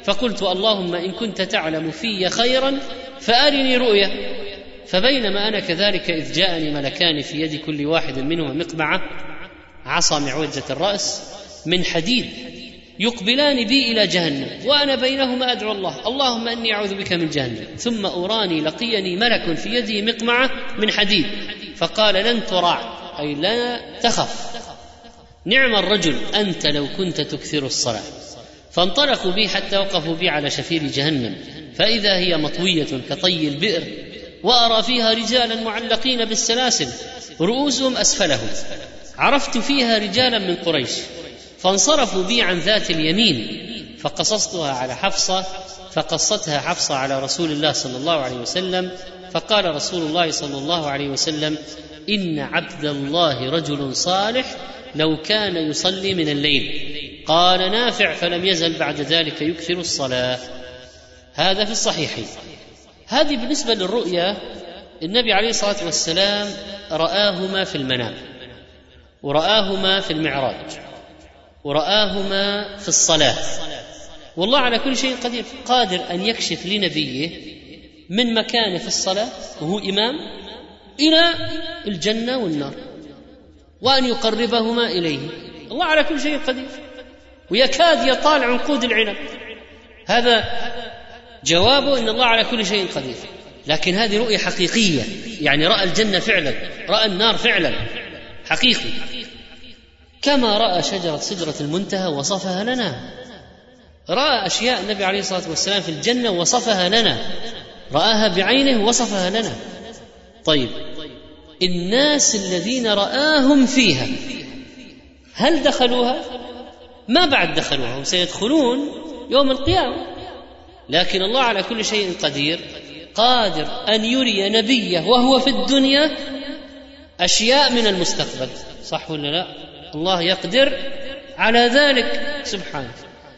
فقلت اللهم إن كنت تعلم في خيرا فأرني رؤيا. فبينما أنا كذلك إذ جاءني ملكان في يد كل واحد منهما مقمعة عصا معوجة الرأس من حديد يقبلان بي إلى جهنم وأنا بينهما أدعو الله اللهم إني أعوذ بك من جهنم. ثم أراني لقيني ملك في يده مقمعة من حديد فقال لن تراع أي لا تخف، نعم الرجل أنت لو كنت تكثر الصلاة. فانطلقوا بي حتى وقفوا بي على شفير جهنم فإذا هي مطوية كطي البئر وأرى فيها رجالا معلقين بالسلاسل رؤوسهم أسفلهم، عرفت فيها رجالا من قريش فانصرفوا بي عن ذات اليمين فقصصتها على حفصة فقصتها حفصة على رسول الله صلى الله عليه وسلم فقال رسول الله صلى الله عليه وسلم إن عبد الله رجل صالح لو كان يصلي من الليل. قال نافع فلم يزل بعد ذلك يكثر الصلاة. هذا في الصحيحين. هذه بالنسبة للرؤيا، النبي عليه الصلاة والسلام رآهما في المنام ورآهما في المعراج ورآهما في الصلاة، والله على كل شيء قدير، قادر أن يكشف لنبيه من مكانه في الصلاة وهو إمام إلى الجنة والنار وأن يقربهما إليه. الله على كل شيء قدير ويكاد يطال عنقود العنب. هذا جوابه إن الله على كل شيء قدير. لكن هذه رؤية حقيقية، يعني رأى الجنة فعلا، رأى النار فعلا حقيقي، كما رأى شجرة سدرة المنتهى وصفها لنا. رأى أشياء النبي عليه الصلاة والسلام في الجنة وصفها لنا، رآها بعينه وصفها لنا. طيب الناس الذين رآهم فيها هل دخلوها؟ ما بعد دخلوها، وسيدخلون يوم القيامة. لكن الله على كل شيء قدير، قادر أن يري نبيه وهو في الدنيا أشياء من المستقبل، صح ولا لا؟ الله يقدر على ذلك سبحانه.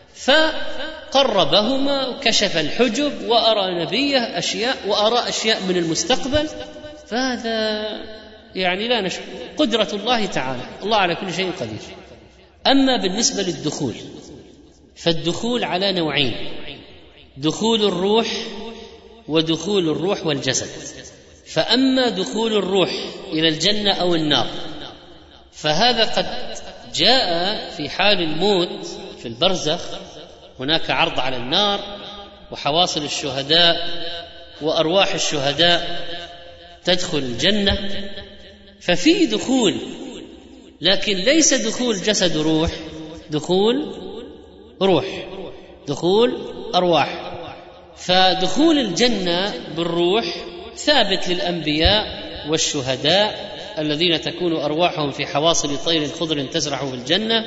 فقربهما وكشف الحجب وأرى نبيه أشياء وأرى أشياء من المستقبل. فهذا يعني لا نشك قدرة الله تعالى، الله على كل شيء قدير. أما بالنسبة للدخول فالدخول على نوعين: دخول الروح ودخول الروح والجسد. فأما دخول الروح إلى الجنة أو النار فهذا قد جاء في حال الموت في البرزخ، هناك عرض على النار وحواصل الشهداء وأرواح الشهداء تدخل الجنة، ففي دخول، لكن ليس دخول جسد روح، دخول روح، دخول أرواح. فدخول الجنة بالروح ثابت للأنبياء والشهداء الذين تكون أرواحهم في حواصل طير خضر تسرح في الجنة.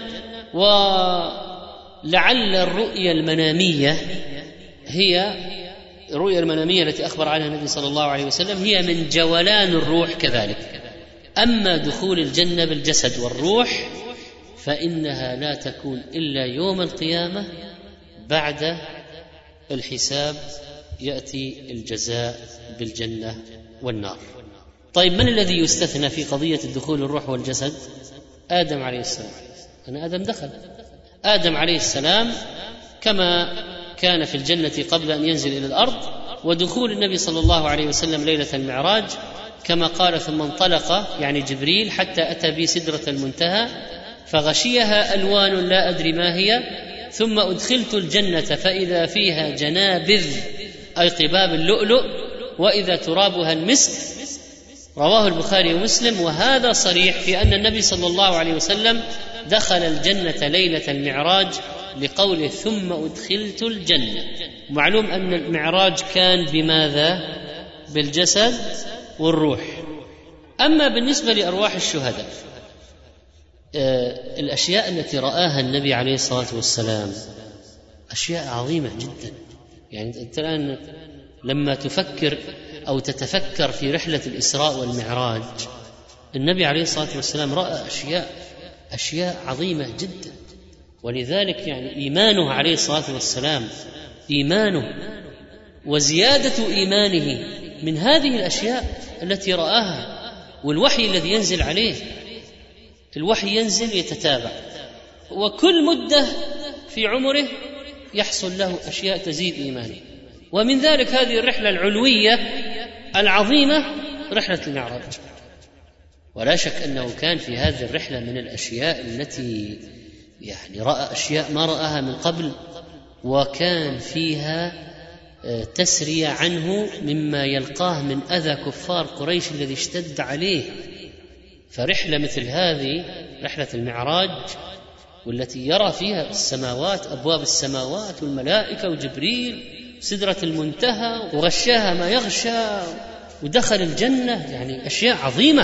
ولعل الرؤيا المنامية هي الرؤيا المنامية التي أخبر عنها النبي صلى الله عليه وسلم هي من جولان الروح كذلك. أما دخول الجنة بالجسد والروح فإنها لا تكون إلا يوم القيامة بعد الحساب، يأتي الجزاء بالجنة والنار. طيب من الذي يستثنى في قضية الدخول الروح والجسد؟ آدم عليه السلام. أنا آدم دخل، آدم عليه السلام كما كان في الجنة قبل أن ينزل إلى الأرض، ودخول النبي صلى الله عليه وسلم ليلة المعراج كما قال ثم انطلق يعني جبريل حتى أتى بي سدرة المنتهى فغشيها ألوان لا أدري ما هي، ثم أدخلت الجنة فإذا فيها جنابذ أي قباب اللؤلؤ وإذا ترابها المسك. رواه البخاري ومسلم. وهذا صريح في أن النبي صلى الله عليه وسلم دخل الجنة ليلة المعراج لقوله ثم أدخلت الجنة. معلوم أن المعراج كان بماذا؟ بالجسد والروح. أما بالنسبة لأرواح الشهداء الأشياء التي رآها النبي عليه الصلاة والسلام أشياء عظيمة جدا. يعني أنت الآن لما تفكر أو تتفكر في رحلة الإسراء والمعراج، النبي عليه الصلاة والسلام رأى أشياء عظيمة جدا. ولذلك يعني إيمانه عليه الصلاة والسلام، إيمانه وزيادة إيمانه من هذه الأشياء التي رآها، والوحي الذي ينزل عليه، الوحي ينزل يتتابع، وكل مدة في عمره يحصل له أشياء تزيد إيمانه. ومن ذلك هذه الرحلة العلوية العظيمة رحلة المعراج. ولا شك أنه كان في هذه الرحلة من الأشياء التي يعني رأى أشياء ما رآها من قبل، وكان فيها تسرية عنه مما يلقاه من أذى كفار قريش الذي اشتد عليه. فرحلة مثل هذه رحلة المعراج، والتي يرى فيها السماوات، أبواب السماوات والملائكة وجبريل، سدرة المنتهى، وغشاها ما يغشى، ودخل الجنة، يعني أشياء عظيمة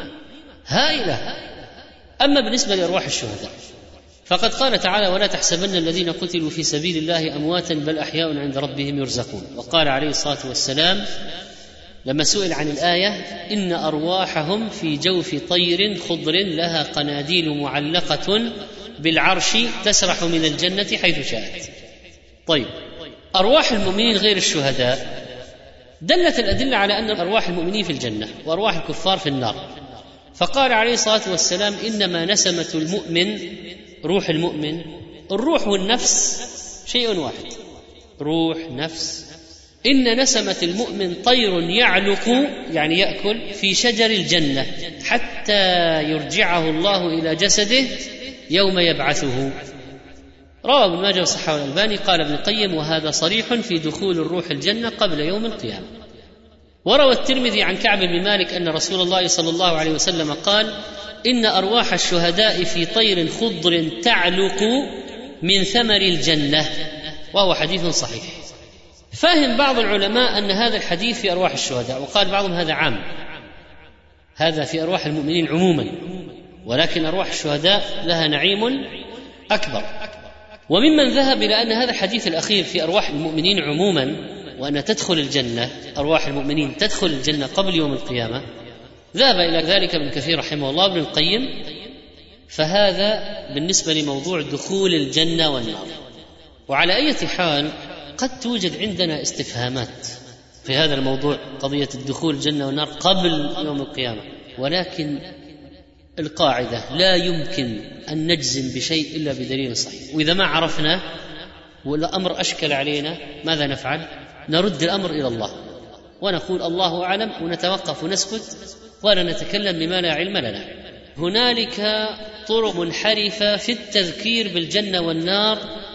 هائلة. أما بالنسبة لأرواح الشهداء فقد قال تعالى: ولا تحسبن الذين قتلوا في سبيل الله أمواتا بل أحياء عند ربهم يرزقون. وقال عليه الصلاة والسلام لما سئل عن الآية: إن أرواحهم في جوف طير خضر لها قناديل معلقة بالعرش تسرح من الجنة حيث شاءت. طيب، أرواح المؤمنين غير الشهداء، دلت الأدلة على أن أرواح المؤمنين في الجنة وأرواح الكفار في النار. فقال عليه الصلاة والسلام: إنما نسمة المؤمن، روح المؤمن، الروح والنفس شيء واحد، روح نفس. إن نسمة المؤمن طير يعلق، يعني يأكل، في شجر الجنة حتى يرجعه الله إلى جسده يوم يبعثه. رواه ابن ماجه وصححه الألباني. قال ابن القيم: وهذا صريح في دخول الروح الجنة قبل يوم القيامة. وروى الترمذي عن كعب بن مالك أن رسول الله صلى الله عليه وسلم قال: إن أرواح الشهداء في طير خضر تعلق من ثمر الجنة، وهو حديث صحيح. فهم بعض العلماء أن هذا الحديث في أرواح الشهداء، وقال بعضهم هذا عام، هذا في أرواح المؤمنين عموما، ولكن أرواح الشهداء لها نعيم أكبر. وممن ذهب إلى أن هذا الحديث الأخير في أرواح المؤمنين عموما، وأن تدخل الجنة، أرواح المؤمنين تدخل الجنة قبل يوم القيامة، ذهب إلى ذلك ابن كثير رحمه الله، ابن القيم. فهذا بالنسبة لموضوع دخول الجنة والنار. وعلى أي حال قد توجد عندنا استفهامات في هذا الموضوع، قضية الدخول الجنة والنار قبل يوم القيامة، ولكن القاعدة لا يمكن أن نجزم بشيء إلا بدليل صحيح. وإذا ما عرفنا والأمر أشكل علينا ماذا نفعل؟ نرد الأمر إلى الله ونقول الله أعلم، ونتوقف ونسكت ولا نتكلم بما لا علم لنا. هنالك طرق منحرفة في التذكير بالجنة والنار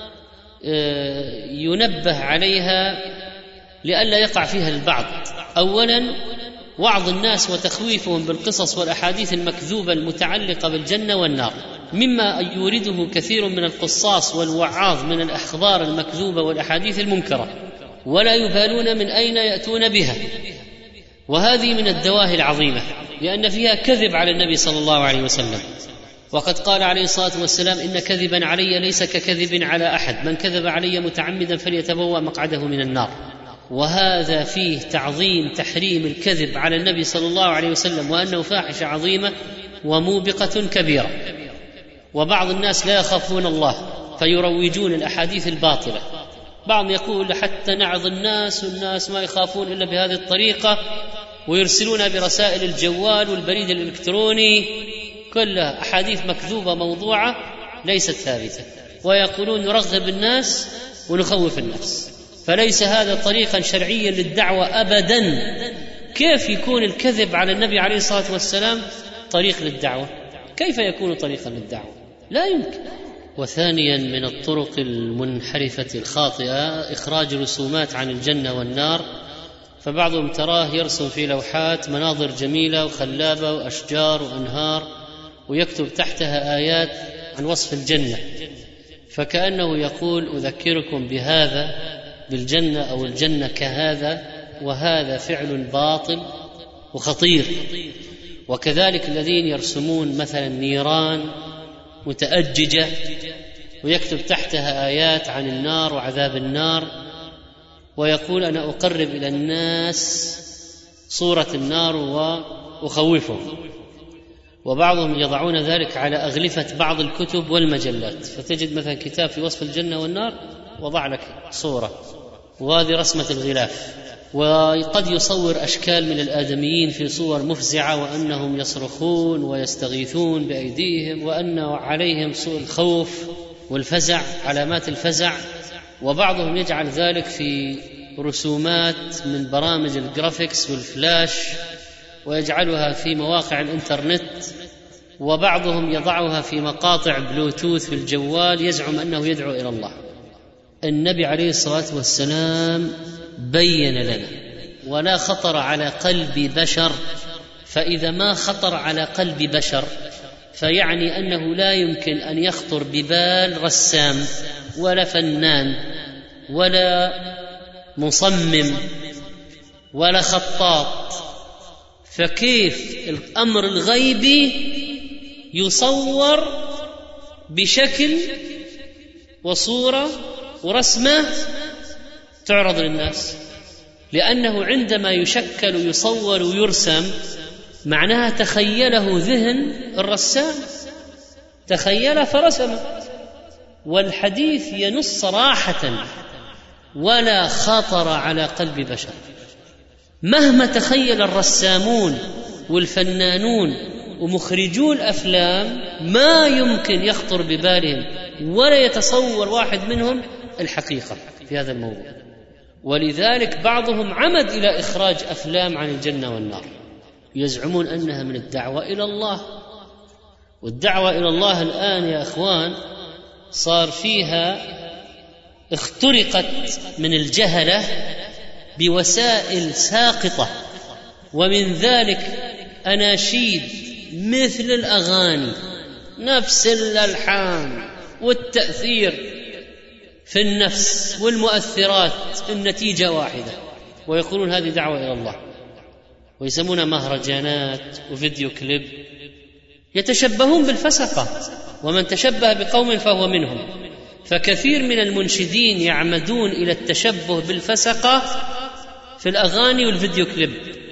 ينبه عليها لئلا يقع فيها البعض. أولا، وعظ الناس وتخويفهم بالقصص والأحاديث المكذوبة المتعلقة بالجنة والنار، مما يورده كثير من القصاص والوعاظ من الأخبار المكذوبة والأحاديث المنكرة، ولا يبالون من أين يأتون بها. وهذه من الدواهي العظيمة، لأن فيها كذب على النبي صلى الله عليه وسلم. وقد قال عليه الصلاة والسلام: إن كذبا علي ليس ككذب على أحد، من كذب علي متعمدا فليتبوأ مقعده من النار. وهذا فيه تعظيم تحريم الكذب على النبي صلى الله عليه وسلم، وأنه فاحشة عظيمة وموبقة كبيرة. وبعض الناس لا يخافون الله فيروجون الأحاديث الباطلة. بعض يقول حتى نعظ الناس، والناس ما يخافون إلا بهذه الطريقة، ويرسلون برسائل الجوال والبريد الإلكتروني، كلها أحاديث مكذوبة موضوعة ليست ثابتة، ويقولون نرغب الناس ونخوف الناس. فليس هذا طريقا شرعيا للدعوة أبدا. كيف يكون الكذب على النبي عليه الصلاة والسلام طريق للدعوة؟ كيف يكون طريقا للدعوة؟ لا يمكن. وثانيا، من الطرق المنحرفة الخاطئة إخراج رسومات عن الجنة والنار. فبعضهم تراه يرسم في لوحات مناظر جميلة وخلابة وأشجار وأنهار، ويكتب تحتها آيات عن وصف الجنة، فكأنه يقول أذكركم بهذا، بالجنة أو الجنة كهذا. وهذا فعل باطل وخطير. وكذلك الذين يرسمون مثلا نيران متأججة ويكتب تحتها آيات عن النار وعذاب النار، ويقول أنا أقرب إلى الناس صورة النار وأخوفهم. وبعضهم يضعون ذلك على أغلفة بعض الكتب والمجلات، فتجد مثلا كتاب في وصف الجنة والنار وضع لك صورة، وهذه رسمة الغلاف. وقد يصور أشكال من الآدميين في صور مفزعة، وأنهم يصرخون ويستغيثون بأيديهم، وأن عليهم سوء الخوف والفزع، علامات الفزع. وبعضهم يجعل ذلك في رسومات من برامج الجرافيكس والفلاش ويجعلها في مواقع الإنترنت، وبعضهم يضعها في مقاطع بلوتوث في الجوال يزعم أنه يدعو إلى الله. النبي عليه الصلاة والسلام بين لنا ولا خطر على قلب بشر، فإذا ما خطر على قلب بشر فيعني أنه لا يمكن أن يخطر ببال رسام ولا فنان ولا مصمم ولا خطاط. فكيف الأمر الغيبي يصور بشكل وصورة ورسمة تعرض للناس؟ لأنه عندما يشكل ويصور ويرسم معناها تخيله ذهن الرسام، تخيله فرسمه. والحديث ينص صراحة ولا خطر على قلب بشر. مهما تخيل الرسامون والفنانون ومخرجو الأفلام ما يمكن يخطر ببالهم ولا يتصور واحد منهم الحقيقة في هذا الموضوع. ولذلك بعضهم عمد إلى إخراج أفلام عن الجنة والنار، يزعمون أنها من الدعوة إلى الله. والدعوة إلى الله الآن يا أخوان صار فيها اخترقت من الجهلة بوسائل ساقطة، ومن ذلك أناشيد مثل الأغاني، نفس الألحان والتأثير في النفس والمؤثرات، النتيجة واحدة، ويقولون هذه دعوة إلى الله، ويسمونها مهرجانات وفيديو كليب. يتشبهون بالفسقة، ومن تشبه بقوم فهو منهم. فكثير من المنشدين يعمدون إلى التشبه بالفسقة في الأغاني والفيديو كليب،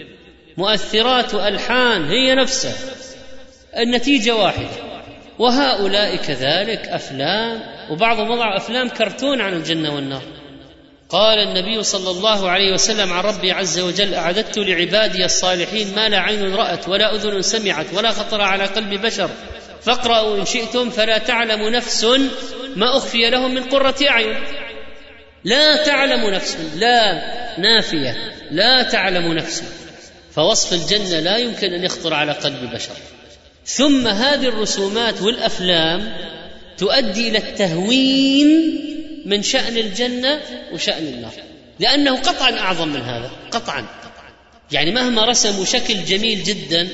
مؤثرات وألحان هي نفسها، النتيجة واحدة. وهؤلاء كذلك أفلام، وبعضهم وضع أفلام كرتون عن الجنة والنار. قال النبي صلى الله عليه وسلم عن ربي عز وجل: أعددت لعبادي الصالحين ما لا عين رأت ولا أذن سمعت ولا خطر على قلب بشر، فاقرأوا إن شئتم فلا تعلم نفس ما أخفي لهم من قرة أعين. لا تعلم نفس، لا نافية، لا تعلم نفس. فوصف الجنة لا يمكن أن يخطر على قلب بشر. ثم هذه الرسومات والأفلام تؤدي إلى التهوين من شأن الجنة وشأن النار، لأنه قطعا أعظم من هذا، قطعا. يعني مهما رسموا شكل جميل جدا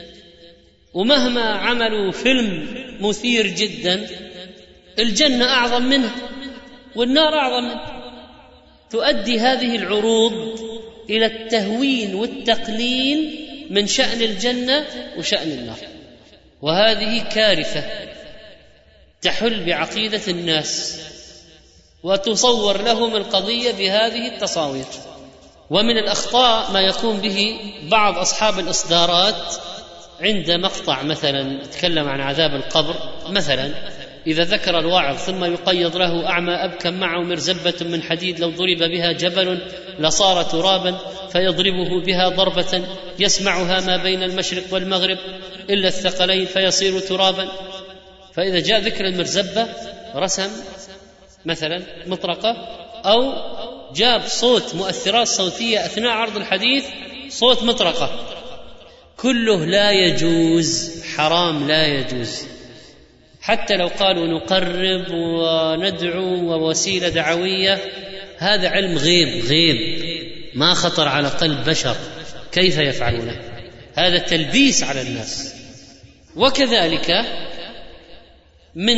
ومهما عملوا فيلم مثير جدا، الجنة أعظم منه والنار أعظم منه. تؤدي هذه العروض إلى التهوين والتقليل من شأن الجنة وشأن النار، وهذه كارثة تحل بعقيدة الناس وتصور لهم القضية بهذه التصاوير. ومن الأخطاء ما يقوم به بعض أصحاب الإصدارات عند مقطع مثلا يتكلم عن عذاب القبر، مثلا إذا ذكر الواعظ ثم يقيض له: أعمى أبكم معه مرزبة من حديد لو ضرب بها جبل لصار ترابا فيضربه بها ضربة يسمعها ما بين المشرق والمغرب إلا الثقلين فيصير ترابا. فإذا جاء ذكر المرزبة رسم مثلا مطرقة، أو جاب صوت مؤثرات صوتية أثناء عرض الحديث، صوت مطرقة، كله لا يجوز، حرام، لا يجوز. حتى لو قالوا نقرب وندعو ووسيلة دعوية، هذا علم غيب ما خطر على قلب بشر، كيف يفعلونه؟ هذا تلبيس على الناس. وكذلك من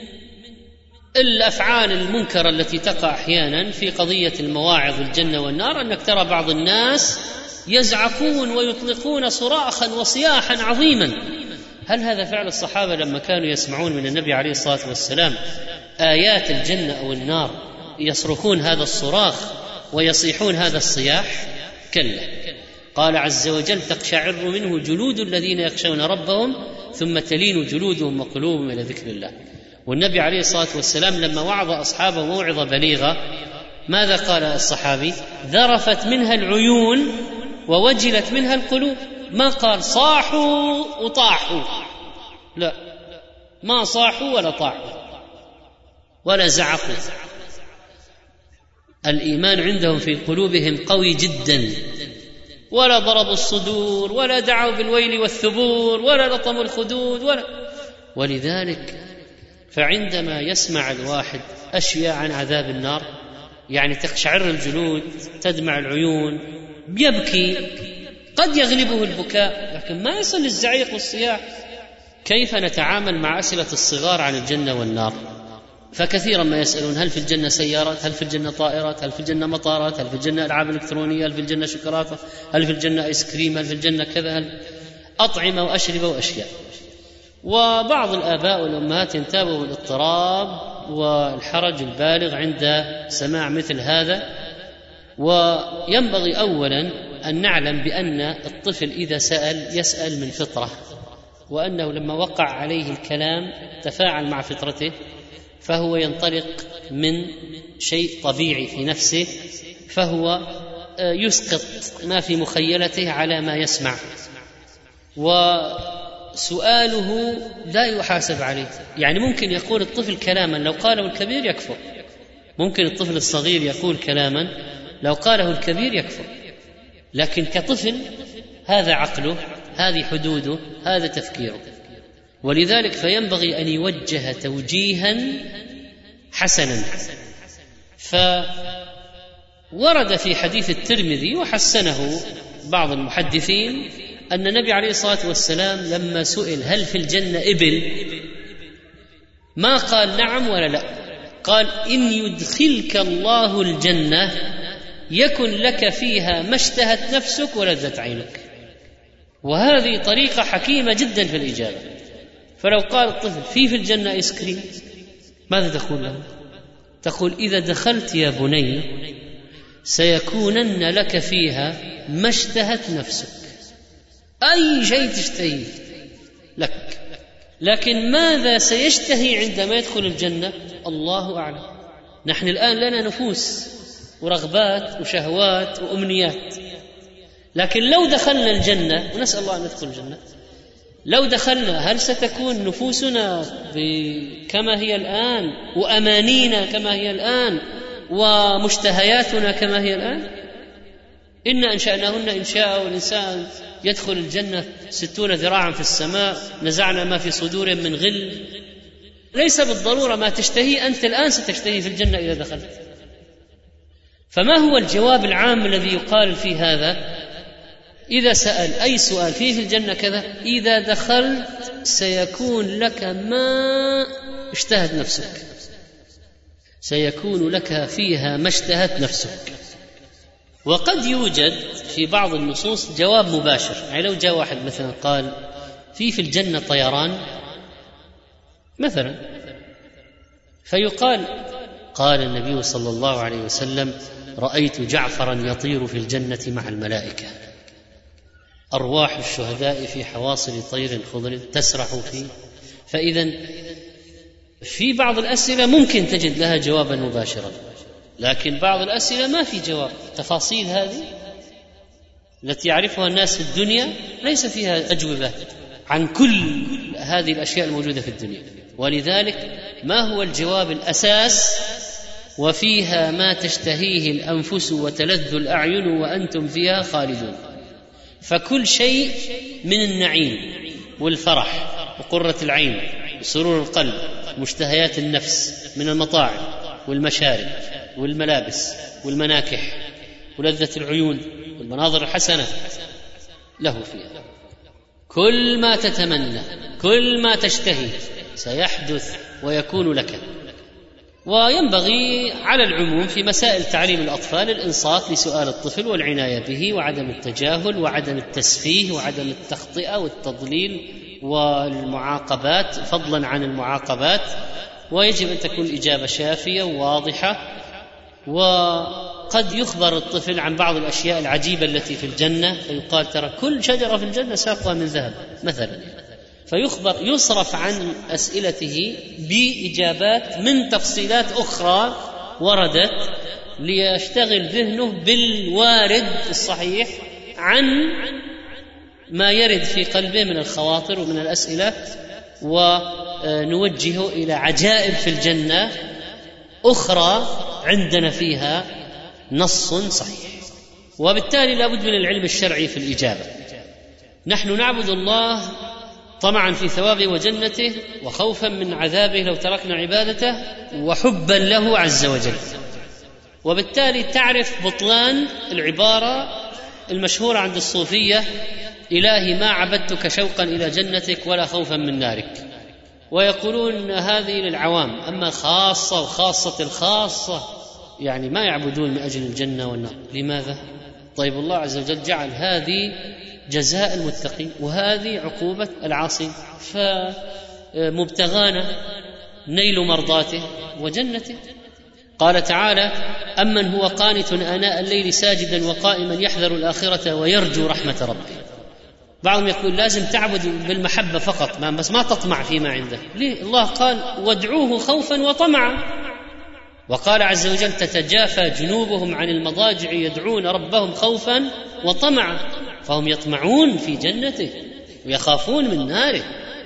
الأفعال المنكرة التي تقع أحيانا في قضية المواعظ الجنة والنار، أنك ترى بعض الناس يزعقون ويطلقون صراخا وصياحا عظيما. هل هذا فعل الصحابة لما كانوا يسمعون من النبي عليه الصلاة والسلام آيات الجنة أو النار يصرخون هذا الصراخ ويصيحون هذا الصياح؟ كلا. قال عز وجل: تقشعر منه جلود الذين يخشون ربهم ثم تلين جلودهم وقلوبهم إلى ذكر الله. والنبي عليه الصلاة والسلام لما وعظ أصحابه موعظة بليغة ماذا قال الصحابي؟ ذرفت منها العيون ووجلت منها القلوب. ما قال صاحوا وطاحوا، لا، ما صاحوا ولا طاحوا ولا زعقوا، الإيمان عندهم في قلوبهم قوي جدا، ولا ضربوا الصدور ولا دعوا بالويل والثبور ولا لطموا الخدود ولذلك فعندما يسمع الواحد أشياء عن عذاب النار يعني تقشعر الجلود، تدمع العيون، يبكي، قد يغلبه البكاء لكن ما يصل للزعيق والصياح. كيف نتعامل مع أسئلة الصغار عن الجنة والنار؟ فكثيرا ما يسألون: هل في الجنة سيارات؟ هل في الجنة طائرات؟ هل في الجنة مطارات؟ هل في الجنة ألعاب إلكترونية؟ هل في الجنة شوكولاتة؟ هل في الجنة آيس كريم؟ هل في الجنة كذا؟ هل أطعمة وأشربة وأشياء. وبعض الآباء والأمهات ينتابوا بالاضطراب والحرج البالغ عند سماع مثل هذا. وينبغي أولا أن نعلم بأن الطفل إذا سأل يسأل من فطرة، وأنه لما وقع عليه الكلام تفاعل مع فطرته، فهو ينطلق من شيء طبيعي في نفسه، فهو يسقط ما في مخيلته على ما يسمع، وسؤاله لا يحاسب عليه. يعني ممكن يقول الطفل كلاما لو قاله الكبير يكفر، ممكن الطفل الصغير يقول كلاما لو قاله الكبير يكفر، لكن كطفل هذا عقله، هذه حدوده، هذا تفكيره. ولذلك فينبغي أن يوجه توجيها حسنا. فورد في حديث الترمذي وحسنه بعض المحدثين أن النبي عليه الصلاة والسلام لما سئل: هل في الجنة إبل؟ ما قال نعم ولا لا، قال: إن يدخلك الله الجنة يكن لك فيها ما اشتهت نفسك ولذت عينك. وهذه طريقة حكيمة جدا في الإجابة. فلو قال الطفل: في الجنة آيس كريم، ماذا تقول له؟ تقول: إذا دخلت يا بني سيكونن لك فيها ما اشتهت نفسك، أي شيء تشتهيه لك، لكن ماذا سيشتهي عندما يدخل الجنة الله أعلم. نحن الآن لنا نفوس ورغبات وشهوات وأمنيات، لكن لو دخلنا الجنة، ونسأل الله أن ندخل الجنة، لو دخلنا هل ستكون نفوسنا كما هي الآن، وأمانينا كما هي الآن، ومشتهياتنا كما هي الآن؟ إن أنشأناهن إنشاء، والإنسان يدخل الجنة 60 ذراعا في السماء، نزعنا ما في صدورهم من غل. ليس بالضرورة ما تشتهي أنت الآن ستشتهي في الجنة إذا دخلت. فما هو الجواب العام الذي يقال في هذا؟ إذا سأل أي سؤال في الجنة كذا، إذا دخلت سيكون لك ما اشتهت نفسك، سيكون لك فيها ما اشتهت نفسك. وقد يوجد في بعض النصوص جواب مباشر، يعني لو جاء واحد مثلا قال: في الجنة طيران مثلا، فيقال: قال النبي صلى الله عليه وسلم: رأيت جعفرا يطير في الجنة مع الملائكة، أرواح الشهداء في حواصل طير خضر تسرح فيه. فإذا في بعض الأسئلة ممكن تجد لها جوابا مباشرا، لكن بعض الأسئلة ما في جواب. تفاصيل هذه التي يعرفها الناس في الدنيا ليس فيها أجوبة عن كل هذه الأشياء الموجودة في الدنيا. ولذلك ما هو الجواب الأساس؟ وفيها ما تشتهيه الأنفس وتلذ الأعين وأنتم فيها خالدون. فكل شيء من النعيم والفرح وقرة العين وسرور القلب ومشتهيات النفس من المطاعم والمشارب والملابس والمناكح ولذة العيون والمناظر الحسنة له فيها. كل ما تتمنى، كل ما تشتهي سيحدث ويكون لك. وينبغي على العموم في مسائل تعليم الأطفال الإنصات لسؤال الطفل والعناية به، وعدم التجاهل وعدم التسفيه وعدم التخطئة والتضليل والمعاقبات فضلا عن المعاقبات. ويجب أن تكون الإجابة شافية وواضحة. وقد يخبر الطفل عن بعض الأشياء العجيبة التي في الجنة، فيقال: ترى كل شجرة في الجنة ساقها من ذهب مثلا، فيخبر، يصرف عن أسئلته بإجابات من تفصيلات أخرى وردت، ليشتغل ذهنه بالوارد الصحيح عن ما يرد في قلبه من الخواطر ومن الأسئلة، ونوجهه إلى عجائب في الجنة أخرى عندنا فيها نص صحيح. وبالتالي لا بد من العلم الشرعي في الإجابة. نحن نعبد الله طمعا في ثوابه وجنته وخوفا من عذابه لو تركنا عبادته وحبا له عز وجل. وبالتالي تعرف بطلان العبارة المشهورة عند الصوفية: إلهي ما عبدتك شوقا إلى جنتك ولا خوفا من نارك. ويقولون هذه للعوام، أما خاصة وخاصة الخاصة يعني ما يعبدون من أجل الجنة والنار. لماذا؟ طيب الله عز وجل جعل هذه جزاء المتقين وهذه عقوبة العاصين، فمبتغانا نيل مرضاته وجنته. قال تعالى: أمن هو قانت آناء الليل ساجدا وقائما يحذر الآخرة ويرجو رحمة ربه. بعضهم يقول لازم تعبد بالمحبة فقط بس ما تطمع فيما عنده. ليه؟ الله قال: وادعوه خوفا وطمعا. وقال عز وجل: تتجافى جنوبهم عن المضاجع يدعون ربهم خوفا وطمعا. فهم يطمعون في جنته ويخافون من ناره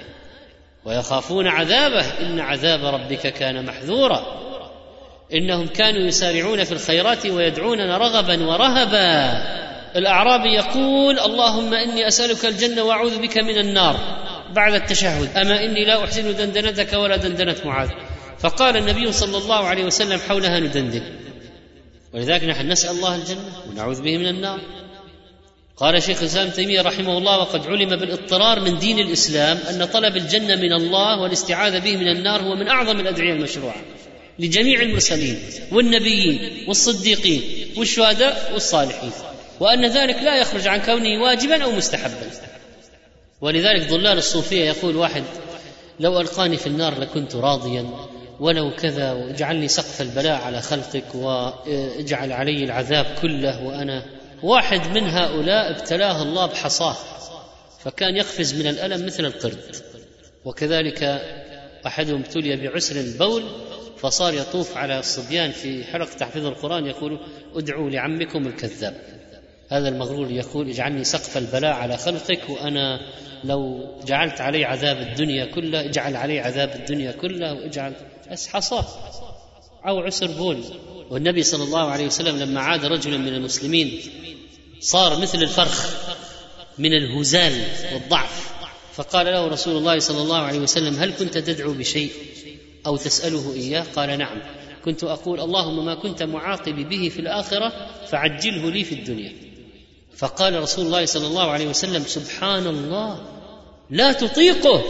ويخافون عذابه. إن عذاب ربك كان محذورا. إنهم كانوا يسارعون في الخيرات ويدعوننا رغبا ورهبا. الأعرابي يقول: اللهم إني أسألك الجنة وأعوذ بك من النار بعد التشهد. أما إني لا أحسن دندنتك ولا دندنة معاذ. فقال النبي صلى الله عليه وسلم: حولها ندندن. ولذلك نحن نسأل الله الجنة ونعوذ به من النار. قال شيخ الإسلام تيمية رحمه الله: وقد علم بالاضطرار من دين الإسلام أن طلب الجنة من الله والاستعاذة به من النار هو من أعظم الأدعية المشروعة لجميع المرسلين والنبيين والصديقين والشهداء والصالحين، وأن ذلك لا يخرج عن كونه واجبا أو مستحبا. ولذلك ضلال الصوفية يقول واحد: لو ألقاني في النار لكنت راضيا، ولو كذا، واجعلني سقف البلاء على خلقك واجعل علي العذاب كله. وأنا واحد من هؤلاء ابتلاه الله بحصاه فكان يقفز من الألم مثل القرد. وكذلك أحدهم ابتلي بعسر البول فصار يطوف على الصبيان في حلق تحفيظ القرآن يقول: ادعوا لعمكم الكذاب. هذا المغرور يقول: اجعلني سقف البلاء على خلقك، وأنا لو جعلت علي عذاب الدنيا كله اجعل علي عذاب الدنيا كله، واجعل بس حصاه أو عسر بول. والنبي صلى الله عليه وسلم لما عاد رجل من المسلمين صار مثل الفرخ من الهزال والضعف، فقال له رسول الله صلى الله عليه وسلم: هل كنت تدعو بشيء أو تسأله إياه؟ قال: نعم، كنت أقول: اللهم ما كنت معاقبي به في الآخرة فعجله لي في الدنيا. فقال رسول الله صلى الله عليه وسلم: سبحان الله، لا تطيقه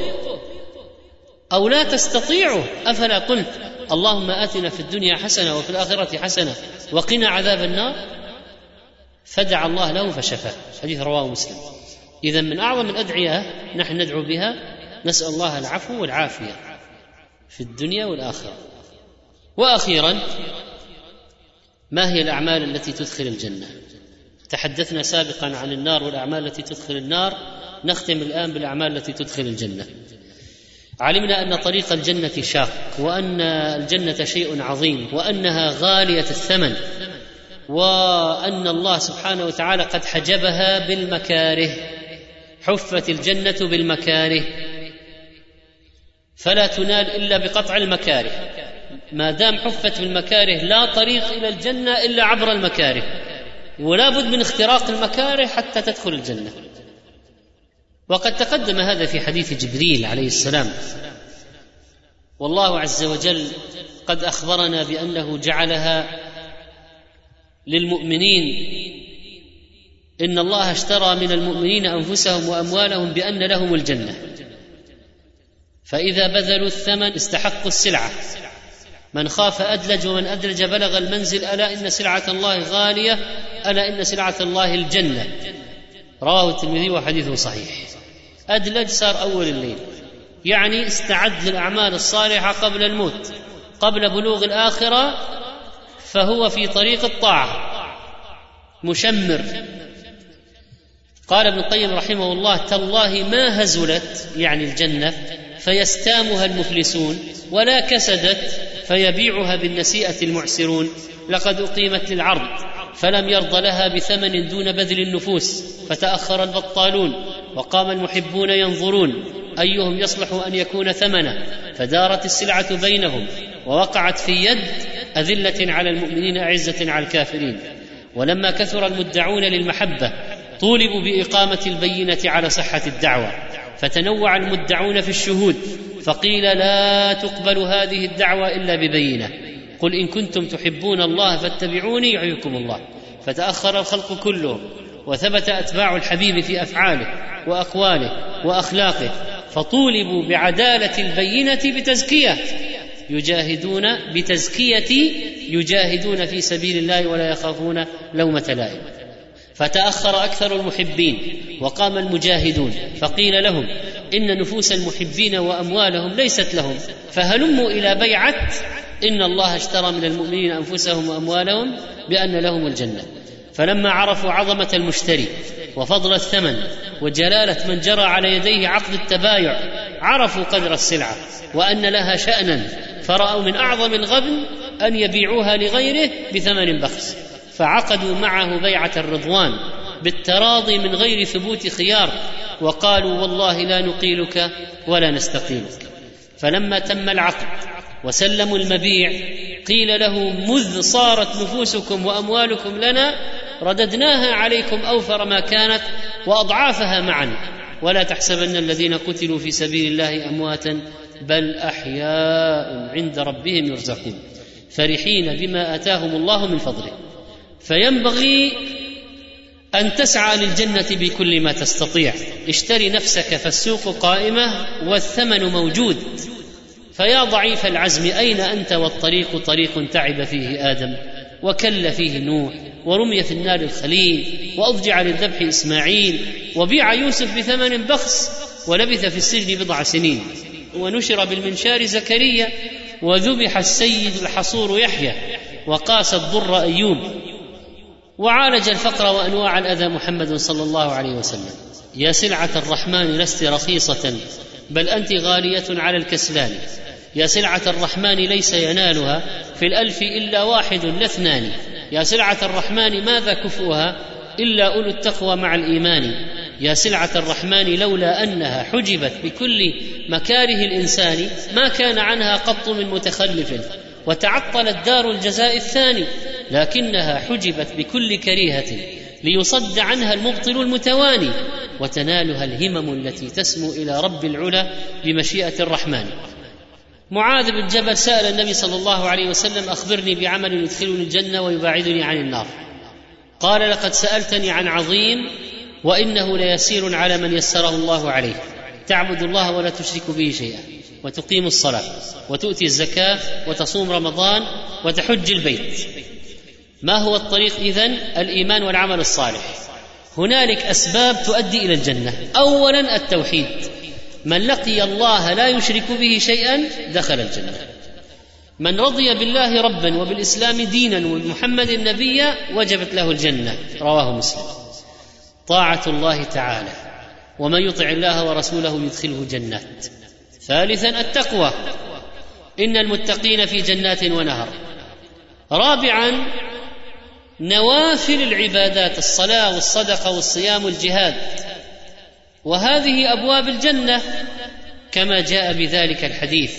أو لا تستطيعه، أفلا قلت اللهم آتنا في الدنيا حسنة وفي الآخرة حسنة وقنا عذاب النار؟ فدعا الله له فشفاه. حديث رواه مسلم. إذن من أعظم الأدعية نحن ندعو بها، نسأل الله العفو والعافية في الدنيا والآخرة. وأخيرا، ما هي الأعمال التي تدخل الجنة؟ تحدثنا سابقا عن النار والأعمال التي تدخل النار، نختم الآن بالأعمال التي تدخل الجنة. علمنا أن طريق الجنة شاق، وأن الجنة شيء عظيم، وأنها غالية الثمن، وأن الله سبحانه وتعالى قد حجبها بالمكاره. حفت الجنة بالمكاره فلا تنال إلا بقطع المكاره. ما دام حفت بالمكاره لا طريق إلى الجنة إلا عبر المكاره، ولا بد من اختراق المكاره حتى تدخل الجنة. وقد تقدم هذا في حديث جبريل عليه السلام. والله عز وجل قد أخبرنا بأنه جعلها للمؤمنين: إن الله اشترى من المؤمنين أنفسهم وأموالهم بأن لهم الجنة، فإذا بذلوا الثمن استحقوا السلعة. من خاف أدلج، ومن أدلج بلغ المنزل. ألا إن سلعة الله غالية، ألا إن سلعة الله الجنة. رواه الترمذي وحديث صحيح. أدلج صار أول الليل، يعني استعد للأعمال الصالحة قبل الموت، قبل بلوغ الآخرة، فهو في طريق الطاعة مشمر. قال ابن القيم رحمه الله: تالله ما هزلت، يعني الجنة، فيستامها المفلسون، ولا كسدت فيبيعها بالنسيئة المعسرون. لقد أقيمت للعرض فلم يرض لها بثمن دون بذل النفوس، فتأخر البطالون وقام المحبون ينظرون أيهم يصلح أن يكون ثمنا، فدارت السلعة بينهم ووقعت في يد أذلة على المؤمنين أعزة على الكافرين. ولما كثر المدعون للمحبة طولبوا بإقامة البينة على صحة الدعوة، فتنوع المدعون في الشهود، فقيل لا تقبل هذه الدعوة إلا ببينة. قل إن كنتم تحبون الله فاتبعوني يحببكم الله. فتأخر الخلق كلهم، وثبت أتباع الحبيب في أفعاله وأقواله وأخلاقه، فطولبوا بعدالة البينة يجاهدون في سبيل الله ولا يخافون لومة لائم. فتأخر أكثر المحبين وقام المجاهدون، فقيل لهم إن نفوس المحبين وأموالهم ليست لهم، فهلموا إلى بيعة إن الله اشترى من المؤمنين أنفسهم وأموالهم بأن لهم الجنة. فلما عرفوا عظمة المشتري وفضل الثمن وجلالة من جرى على يديه عقد التبايع، عرفوا قدر السلعة وأن لها شأنا، فرأوا من أعظم الغبن أن يبيعوها لغيره بثمن بخس، فعقدوا معه بيعة الرضوان بالتراضي من غير ثبوت خيار، وقالوا والله لا نقيلك ولا نستقيلك. فلما تم العقد وسلموا المبيع قيل له مذ صارت نفوسكم وأموالكم لنا رددناها عليكم أوفر ما كانت وأضعافها معا، ولا تحسبن الذين قتلوا في سبيل الله أمواتا بل أحياء عند ربهم يرزقون فرحين بما آتاهم الله من فضله. فينبغي أن تسعى للجنة بكل ما تستطيع. اشتري نفسك فالسوق قائمة والثمن موجود. فيا ضعيف العزم أين أنت والطريق طريق تعب فيه آدم وكل فيه نوح ورمي في النار الخليل وأضجع للذبح إسماعيل وبيع يوسف بثمن بخس ولبث في السجن 10 سنين ونشر بالمنشار زكريا وذبح السيد الحصور يحيى وقاس الضر أيوب وعالج الفقر وأنواع الأذى محمد صلى الله عليه وسلم. يا سلعة الرحمن لست رخيصة بل أنت غالية على الكسلان. يا سلعة الرحمن ليس ينالها في 1000 إلا 1 لا 2. يا سلعة الرحمن ماذا كفؤها إلا أولو التقوى مع الإيمان. يا سلعة الرحمن لولا أنها حجبت بكل مكاره الإنسان ما كان عنها قط من متخلف وتعطلت دار الجزاء الثاني، لكنها حجبت بكل كريهة ليصد عنها المبطل المتواني وتنالها الهمم التي تسمو إلى رب العلا بمشيئة الرحمن. معاذ بن جبل سأل النبي صلى الله عليه وسلم أخبرني بعمل يدخلني الجنة ويباعدني عن النار. قال لقد سألتني عن عظيم وإنه ليسير على من يسره الله عليه. تعبد الله ولا تشرك به شيئا وتقيم الصلاة وتؤتي الزكاة وتصوم رمضان وتحج البيت. ما هو الطريق إذن؟ الإيمان والعمل الصالح. هنالك أسباب تؤدي إلى الجنة. أولا التوحيد، من لقي الله لا يشرك به شيئا دخل الجنة. من رضي بالله ربا وبالإسلام دينا وبمحمد نبيا وجبت له الجنة، رواه مسلم. طاعة الله تعالى، ومن يطع الله ورسوله يدخله جنات. ثالثا التقوى، إن المتقين في جنات ونهر. رابعا نوافل العبادات، الصلاة والصدقة والصيام والجهاد، وهذه أبواب الجنة كما جاء بذلك الحديث.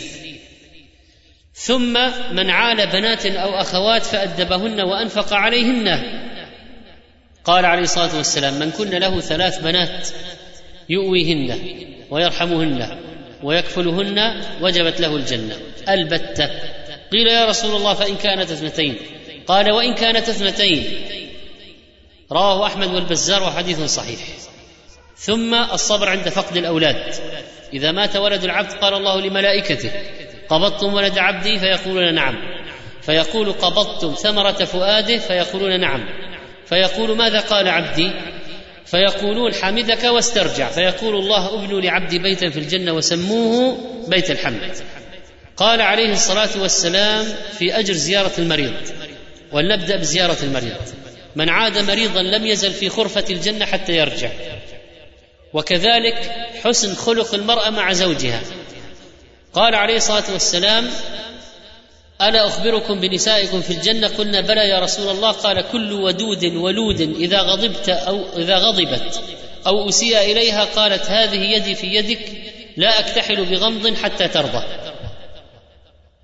ثم من عال بنات أو أخوات فأدبهن وأنفق عليهن. قال عليه الصلاة والسلام من كن له 3 بنات يؤويهن ويرحمهن ويكفلهن وجبت له الجنة البتة. قيل يا رسول الله فإن كانت 2؟ قال وإن كانت 2. رواه أحمد والبزار وحديث صحيح. ثم الصبر عند فقد الأولاد. إذا مات ولد العبد قال الله لملائكته قبضتم ولد عبدي؟ فيقولون نعم. فيقول قبضتم ثمرة فؤاده؟ فيقولون نعم. فيقول ماذا قال عبدي؟ فيقولون حمدك واسترجع. فيقول الله ابنوا لعبدي بيتا في الجنة وسموه بيت الحمد. قال عليه الصلاة والسلام في أجر زيارة المريض، ولنبدأ بزيارة المريض. من عاد مريضا لم يزل في خرفة الجنة حتى يرجع. وكذلك حسن خلق المرأة مع زوجها. قال عليه الصلاة والسلام ألا أخبركم بنسائكم في الجنة؟ قلنا بلى يا رسول الله. قال كل ودود ولود إذا غضبت أو أسيء إليها قالت هذه يدي في يدك لا أكتحل بغمض حتى ترضى.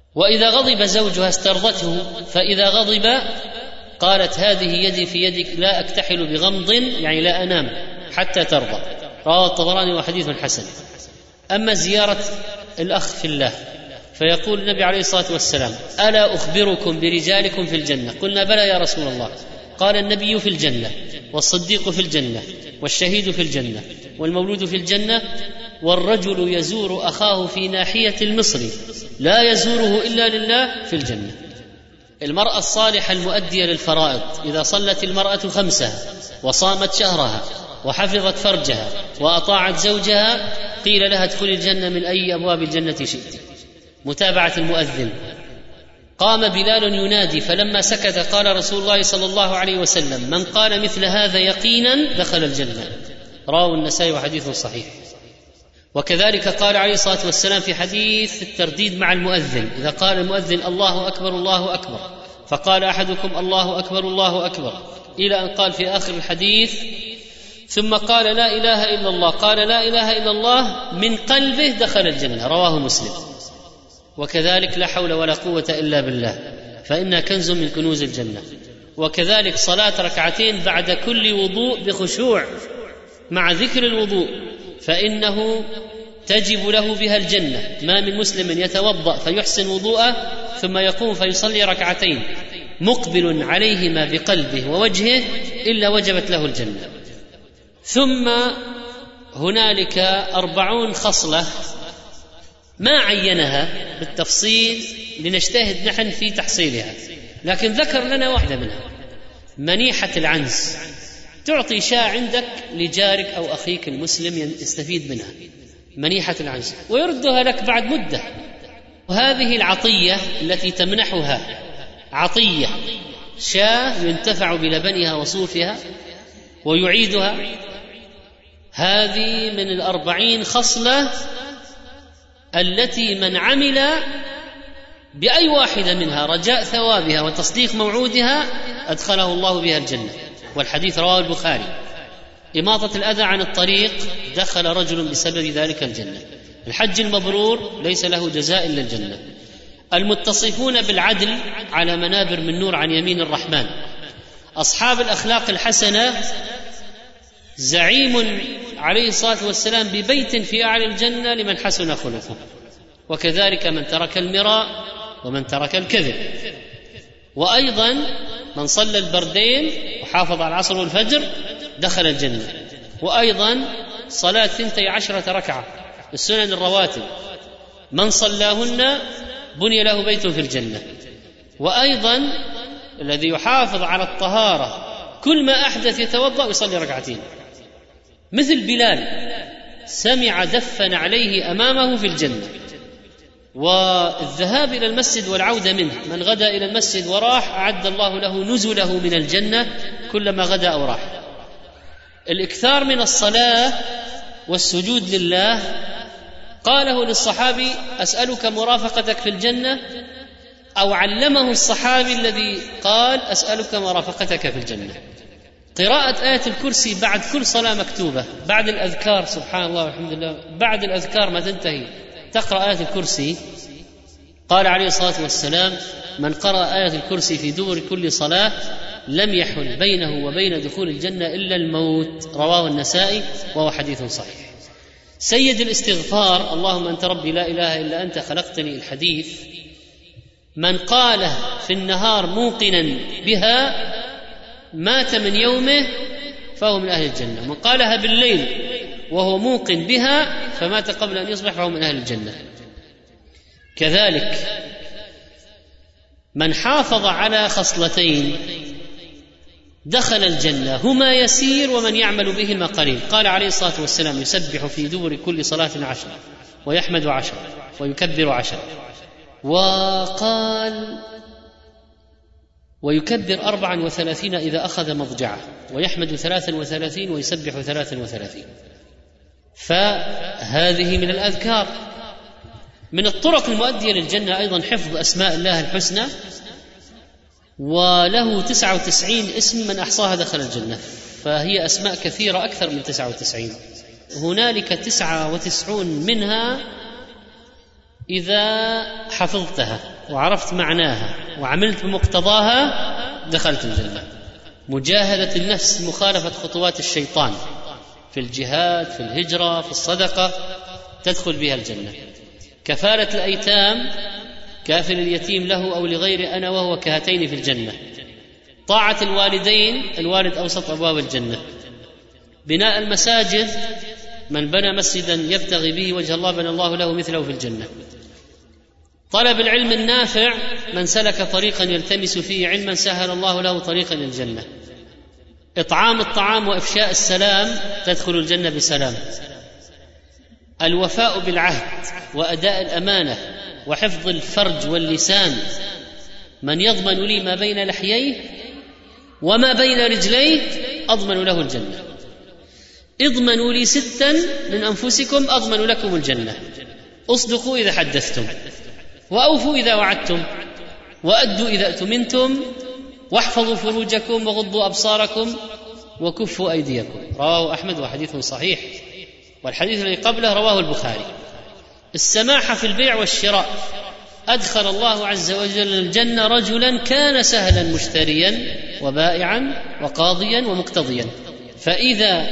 وإذا غضب زوجها استرضته، فإذا غضب قالت هذه يدي في يدك لا أكتحل بغمض، يعني لا أنام حتى ترضى. رواه الطبراني وحديث حسن. أما زيارة الأخ في الله، فيقول النبي عليه الصلاة والسلام: ألا أخبركم برجالكم في الجنة؟ قلنا: بلى يا رسول الله. قال: النبي في الجنة، والصديق في الجنة، والشهيد في الجنة، والمولود في الجنة، والرجل يزور أخاه في ناحية المصر لا يزوره إلا لله في الجنة. المرأة الصالحة المؤدية للفرائض إذا صلت المرأة 5 وصامت شهرها وحفظت فرجها وأطاعت زوجها قيل لها: ادخلي الجنة من أي أبواب الجنة شئت. متابعة المؤذن. قام بلال ينادي، فلما سكت قال رسول الله صلى الله عليه وسلم: من قال مثل هذا يقينا دخل الجنة. رواه النسائي وحديث صحيح. وكذلك قال عليه الصلاة والسلام في حديث الترديد مع المؤذن: إذا قال المؤذن الله أكبر الله أكبر، فقال أحدكم الله أكبر الله أكبر، إلى أن قال في آخر الحديث: ثم قال لا إله إلا الله، قال لا إله إلا الله من قلبه دخل الجنة. رواه مسلم. وكذلك لا حول ولا قوة إلا بالله، فإنها كنز من كنوز الجنة. وكذلك صلاة 2 بعد كل وضوء بخشوع مع ذكر الوضوء، فإنه تجب له بها الجنة. ما من مسلم يتوضأ فيحسن وضوءه ثم يقوم فيصلي 2 مقبل عليهما بقلبه ووجهه إلا وجبت له الجنة. ثم هنالك 40 خصلة ما عينها بالتفصيل لنجتهد نحن في تحصيلها، لكن ذكر لنا واحدة منها: منيحة العنز. تعطي شاة عندك لجارك أو أخيك المسلم يستفيد منها، منيحة العنز، ويردها لك بعد مدة. وهذه العطية التي تمنحها عطية شاة ينتفع بلبنها وصوفها ويعيدها. هذه من 40 خصلة التي من عمل بأي واحدة منها رجاء ثوابها وتصديق موعودها أدخله الله بها الجنة. والحديث رواه البخاري. إماطة الأذى عن الطريق دخل رجل بسبب ذلك الجنة. الحج المبرور ليس له جزاء إلا الجنة. المتصفون بالعدل على منابر من نور عن يمين الرحمن. أصحاب الأخلاق الحسنة زعيم عليه الصلاة والسلام ببيت في أعلى الجنة لمن حسن خلقه. وكذلك من ترك المراء ومن ترك الكذب. وأيضا من صلى البردين وحافظ على العصر والفجر دخل الجنة. وأيضا صلاة 12 ركعة السنن الرواتب من صلاهن بني له بيت في الجنة. وأيضا الذي يحافظ على الطهارة كل ما أحدث يتوضأ ويصلي 2 مثل بلال سمع دفا عليه أمامه في الجنة. والذهاب إلى المسجد والعودة منه، من غدا إلى المسجد وراح أعد الله له نزله من الجنة كلما غدا أو راح. الإكثار من الصلاة والسجود لله. قاله للصحابي: أسألك مرافقتك في الجنة، أو علمه الصحابي الذي قال: أسألك مرافقتك في الجنة. قراءة آية الكرسي بعد كل صلاة مكتوبة، بعد الأذكار، سبحان الله والحمد لله، بعد الأذكار ما تنتهي تقرأ آية الكرسي. قال عليه الصلاة والسلام: من قرأ آية الكرسي في دبر كل صلاة لم يحل بينه وبين دخول الجنة إلا الموت. رواه النسائي وهو حديث صحيح. سيد الاستغفار: اللهم أنت ربي لا إله إلا أنت خلقتني، الحديث، من قاله في النهار موقنا بها مات من يومه فهو من أهل الجنة. من قالها بالليل وهو موقن بها فمات قبل أن يصبح فهو من أهل الجنة. كذلك من حافظ على خصلتين دخل الجنة هما يسير ومن يعمل بهما قليل. قال عليه الصلاة والسلام: يسبح في دبر كل صلاة 10 ويحمد 10 ويكبر 10. وقال: ويكبر 34 إذا أخذ مضجعه، ويحمد 33 ويسبح 33. فهذه من الأذكار. من الطرق المؤدية للجنة أيضا حفظ أسماء الله الحسنى، وله 99 اسم من أحصاها دخل الجنة، فهي أسماء كثيرة أكثر من 99. هنالك 99 منها إذا حفظتها وعرفت معناها وعملت بمقتضاها دخلت الجنة. مجاهدة النفس، مخالفة خطوات الشيطان في الجهاد، في الهجرة، في الصدقة، تدخل بها الجنة. كفالة الأيتام، كافل اليتيم له أو لغير أنا وهو كهاتين في الجنة. طاعة الوالدين، الوالد أوسط أبواب الجنة. بناء المساجد، من بنى مسجدا يبتغي به وجه الله بنى الله له مثله في الجنة. طلب العلم النافع، من سلك طريقا يلتمس فيه علما سهل الله له طريقا إلى الجنة. إطعام الطعام وإفشاء السلام، تدخل الجنة بسلام. الوفاء بالعهد وأداء الأمانة وحفظ الفرج واللسان، من يضمن لي ما بين لحييه وما بين رجليه أضمن له الجنة. اضمنوا لي 6 من أنفسكم أضمن لكم الجنة: اصدقوا إذا حدثتم، وأوفوا إذا وعدتم، وأدوا إذا أؤتمنتم، واحفظوا فروجكم، وغضوا أبصاركم، وكفوا أيديكم. رواه أحمد وحديث صحيح، والحديث الذي قبله رواه البخاري. السماحة في البيع والشراء، أدخل الله عز وجل الجنة رجلا كان سهلا مشتريا وبائعا وقاضيا ومقتضيا، فإذا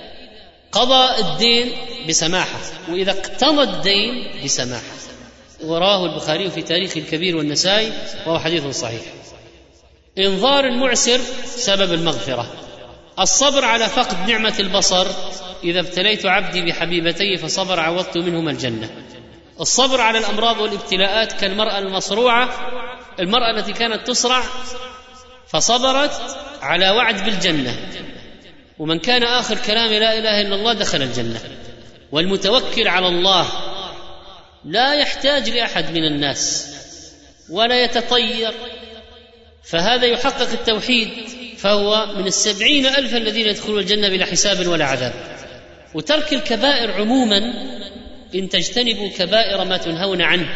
قضى الدين بسماحة، وإذا اقتضى الدين بسماحة. وراه البخاري في تاريخ الكبير والنسائي، وهو حديث صحيح. إنظار المعسر سبب المغفرة. الصبر على فقد نعمة البصر، إذا ابتليت عبدي بحبيبتي فصبر عوضت منهما الجنة. الصبر على الأمراض والابتلاءات، كالمرأة المصروعة، المرأة التي كانت تصرع فصبرت على وعد بالجنة، ومن كان آخر كلام لا إله إلا الله دخل الجنة. والمتوكل على الله لا يحتاج لأحد من الناس ولا يتطير، فهذا يحقق التوحيد، فهو من 70,000 الذين يدخلون الجنة بلا حساب ولا عذاب. وترك الكبائر عموما، إن تجتنبوا كبائر ما تنهون عنه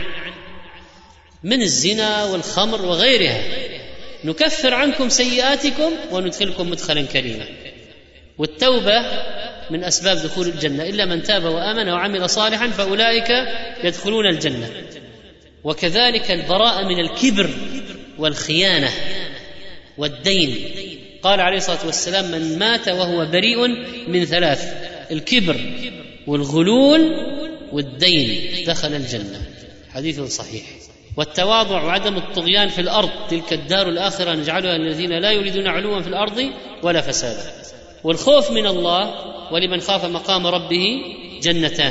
من الزنا والخمر وغيرها نكفر عنكم سيئاتكم وندخلكم مدخلا كريما. والتوبة من أسباب دخول الجنة، إلا من تاب وآمن وعمل صالحا فأولئك يدخلون الجنة. وكذلك البراءة من الكبر والخيانة والدين. قال عليه الصلاة والسلام: من مات وهو بريء من 3: الكبر والغلول والدين دخل الجنة. حديث صحيح. والتواضع وعدم الطغيان في الأرض، تلك الدار الآخرة نجعلها للذين لا يريدون علوا في الأرض ولا فسادا. والخوف من الله، ولمن خاف مقام ربه جنتان.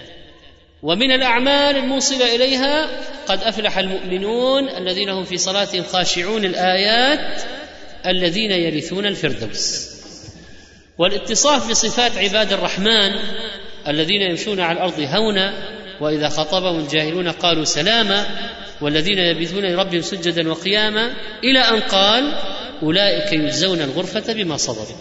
ومن الأعمال الموصلة إليها: قد أفلح المؤمنون الذين هم في صلاتهم خاشعون، الآيات الذين يرثون الفردوس. والاتصاف بصفات عباد الرحمن الذين يمشون على الأرض هونا وإذا خاطبهم الجاهلون قالوا سلاما، والذين يبيتون لربهم سجدا وقياما، إلى أن قال: أولئك يجزون الغرفة بما صبروا.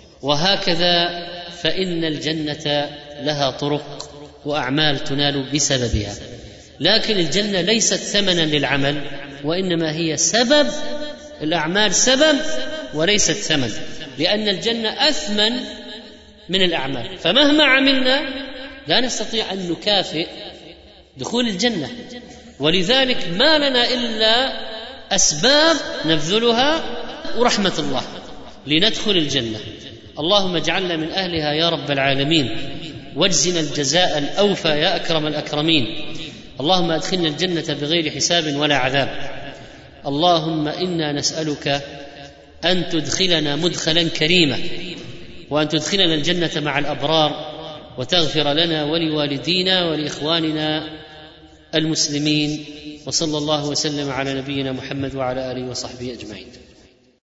وهكذا فإن الجنة لها طرق وأعمال تنال بسببها، لكن الجنة ليست ثمنا للعمل، وإنما هي سبب. الأعمال سبب وليست ثمن، لأن الجنة أثمن من الأعمال، فمهما عملنا لا نستطيع أن نكافئ دخول الجنة. ولذلك ما لنا إلا أسباب نبذلها ورحمة الله لندخل الجنة. اللهم اجعلنا من أهلها يا رب العالمين، واجزنا الجزاء الأوفى يا أكرم الأكرمين. اللهم أدخلنا الجنة بغير حساب ولا عذاب. اللهم إنا نسألك أن تدخلنا مدخلا كريما، وأن تدخلنا الجنة مع الأبرار، وتغفر لنا ولوالدينا ولإخواننا المسلمين. وصلى الله وسلم على نبينا محمد وعلى آله وصحبه أجمعين.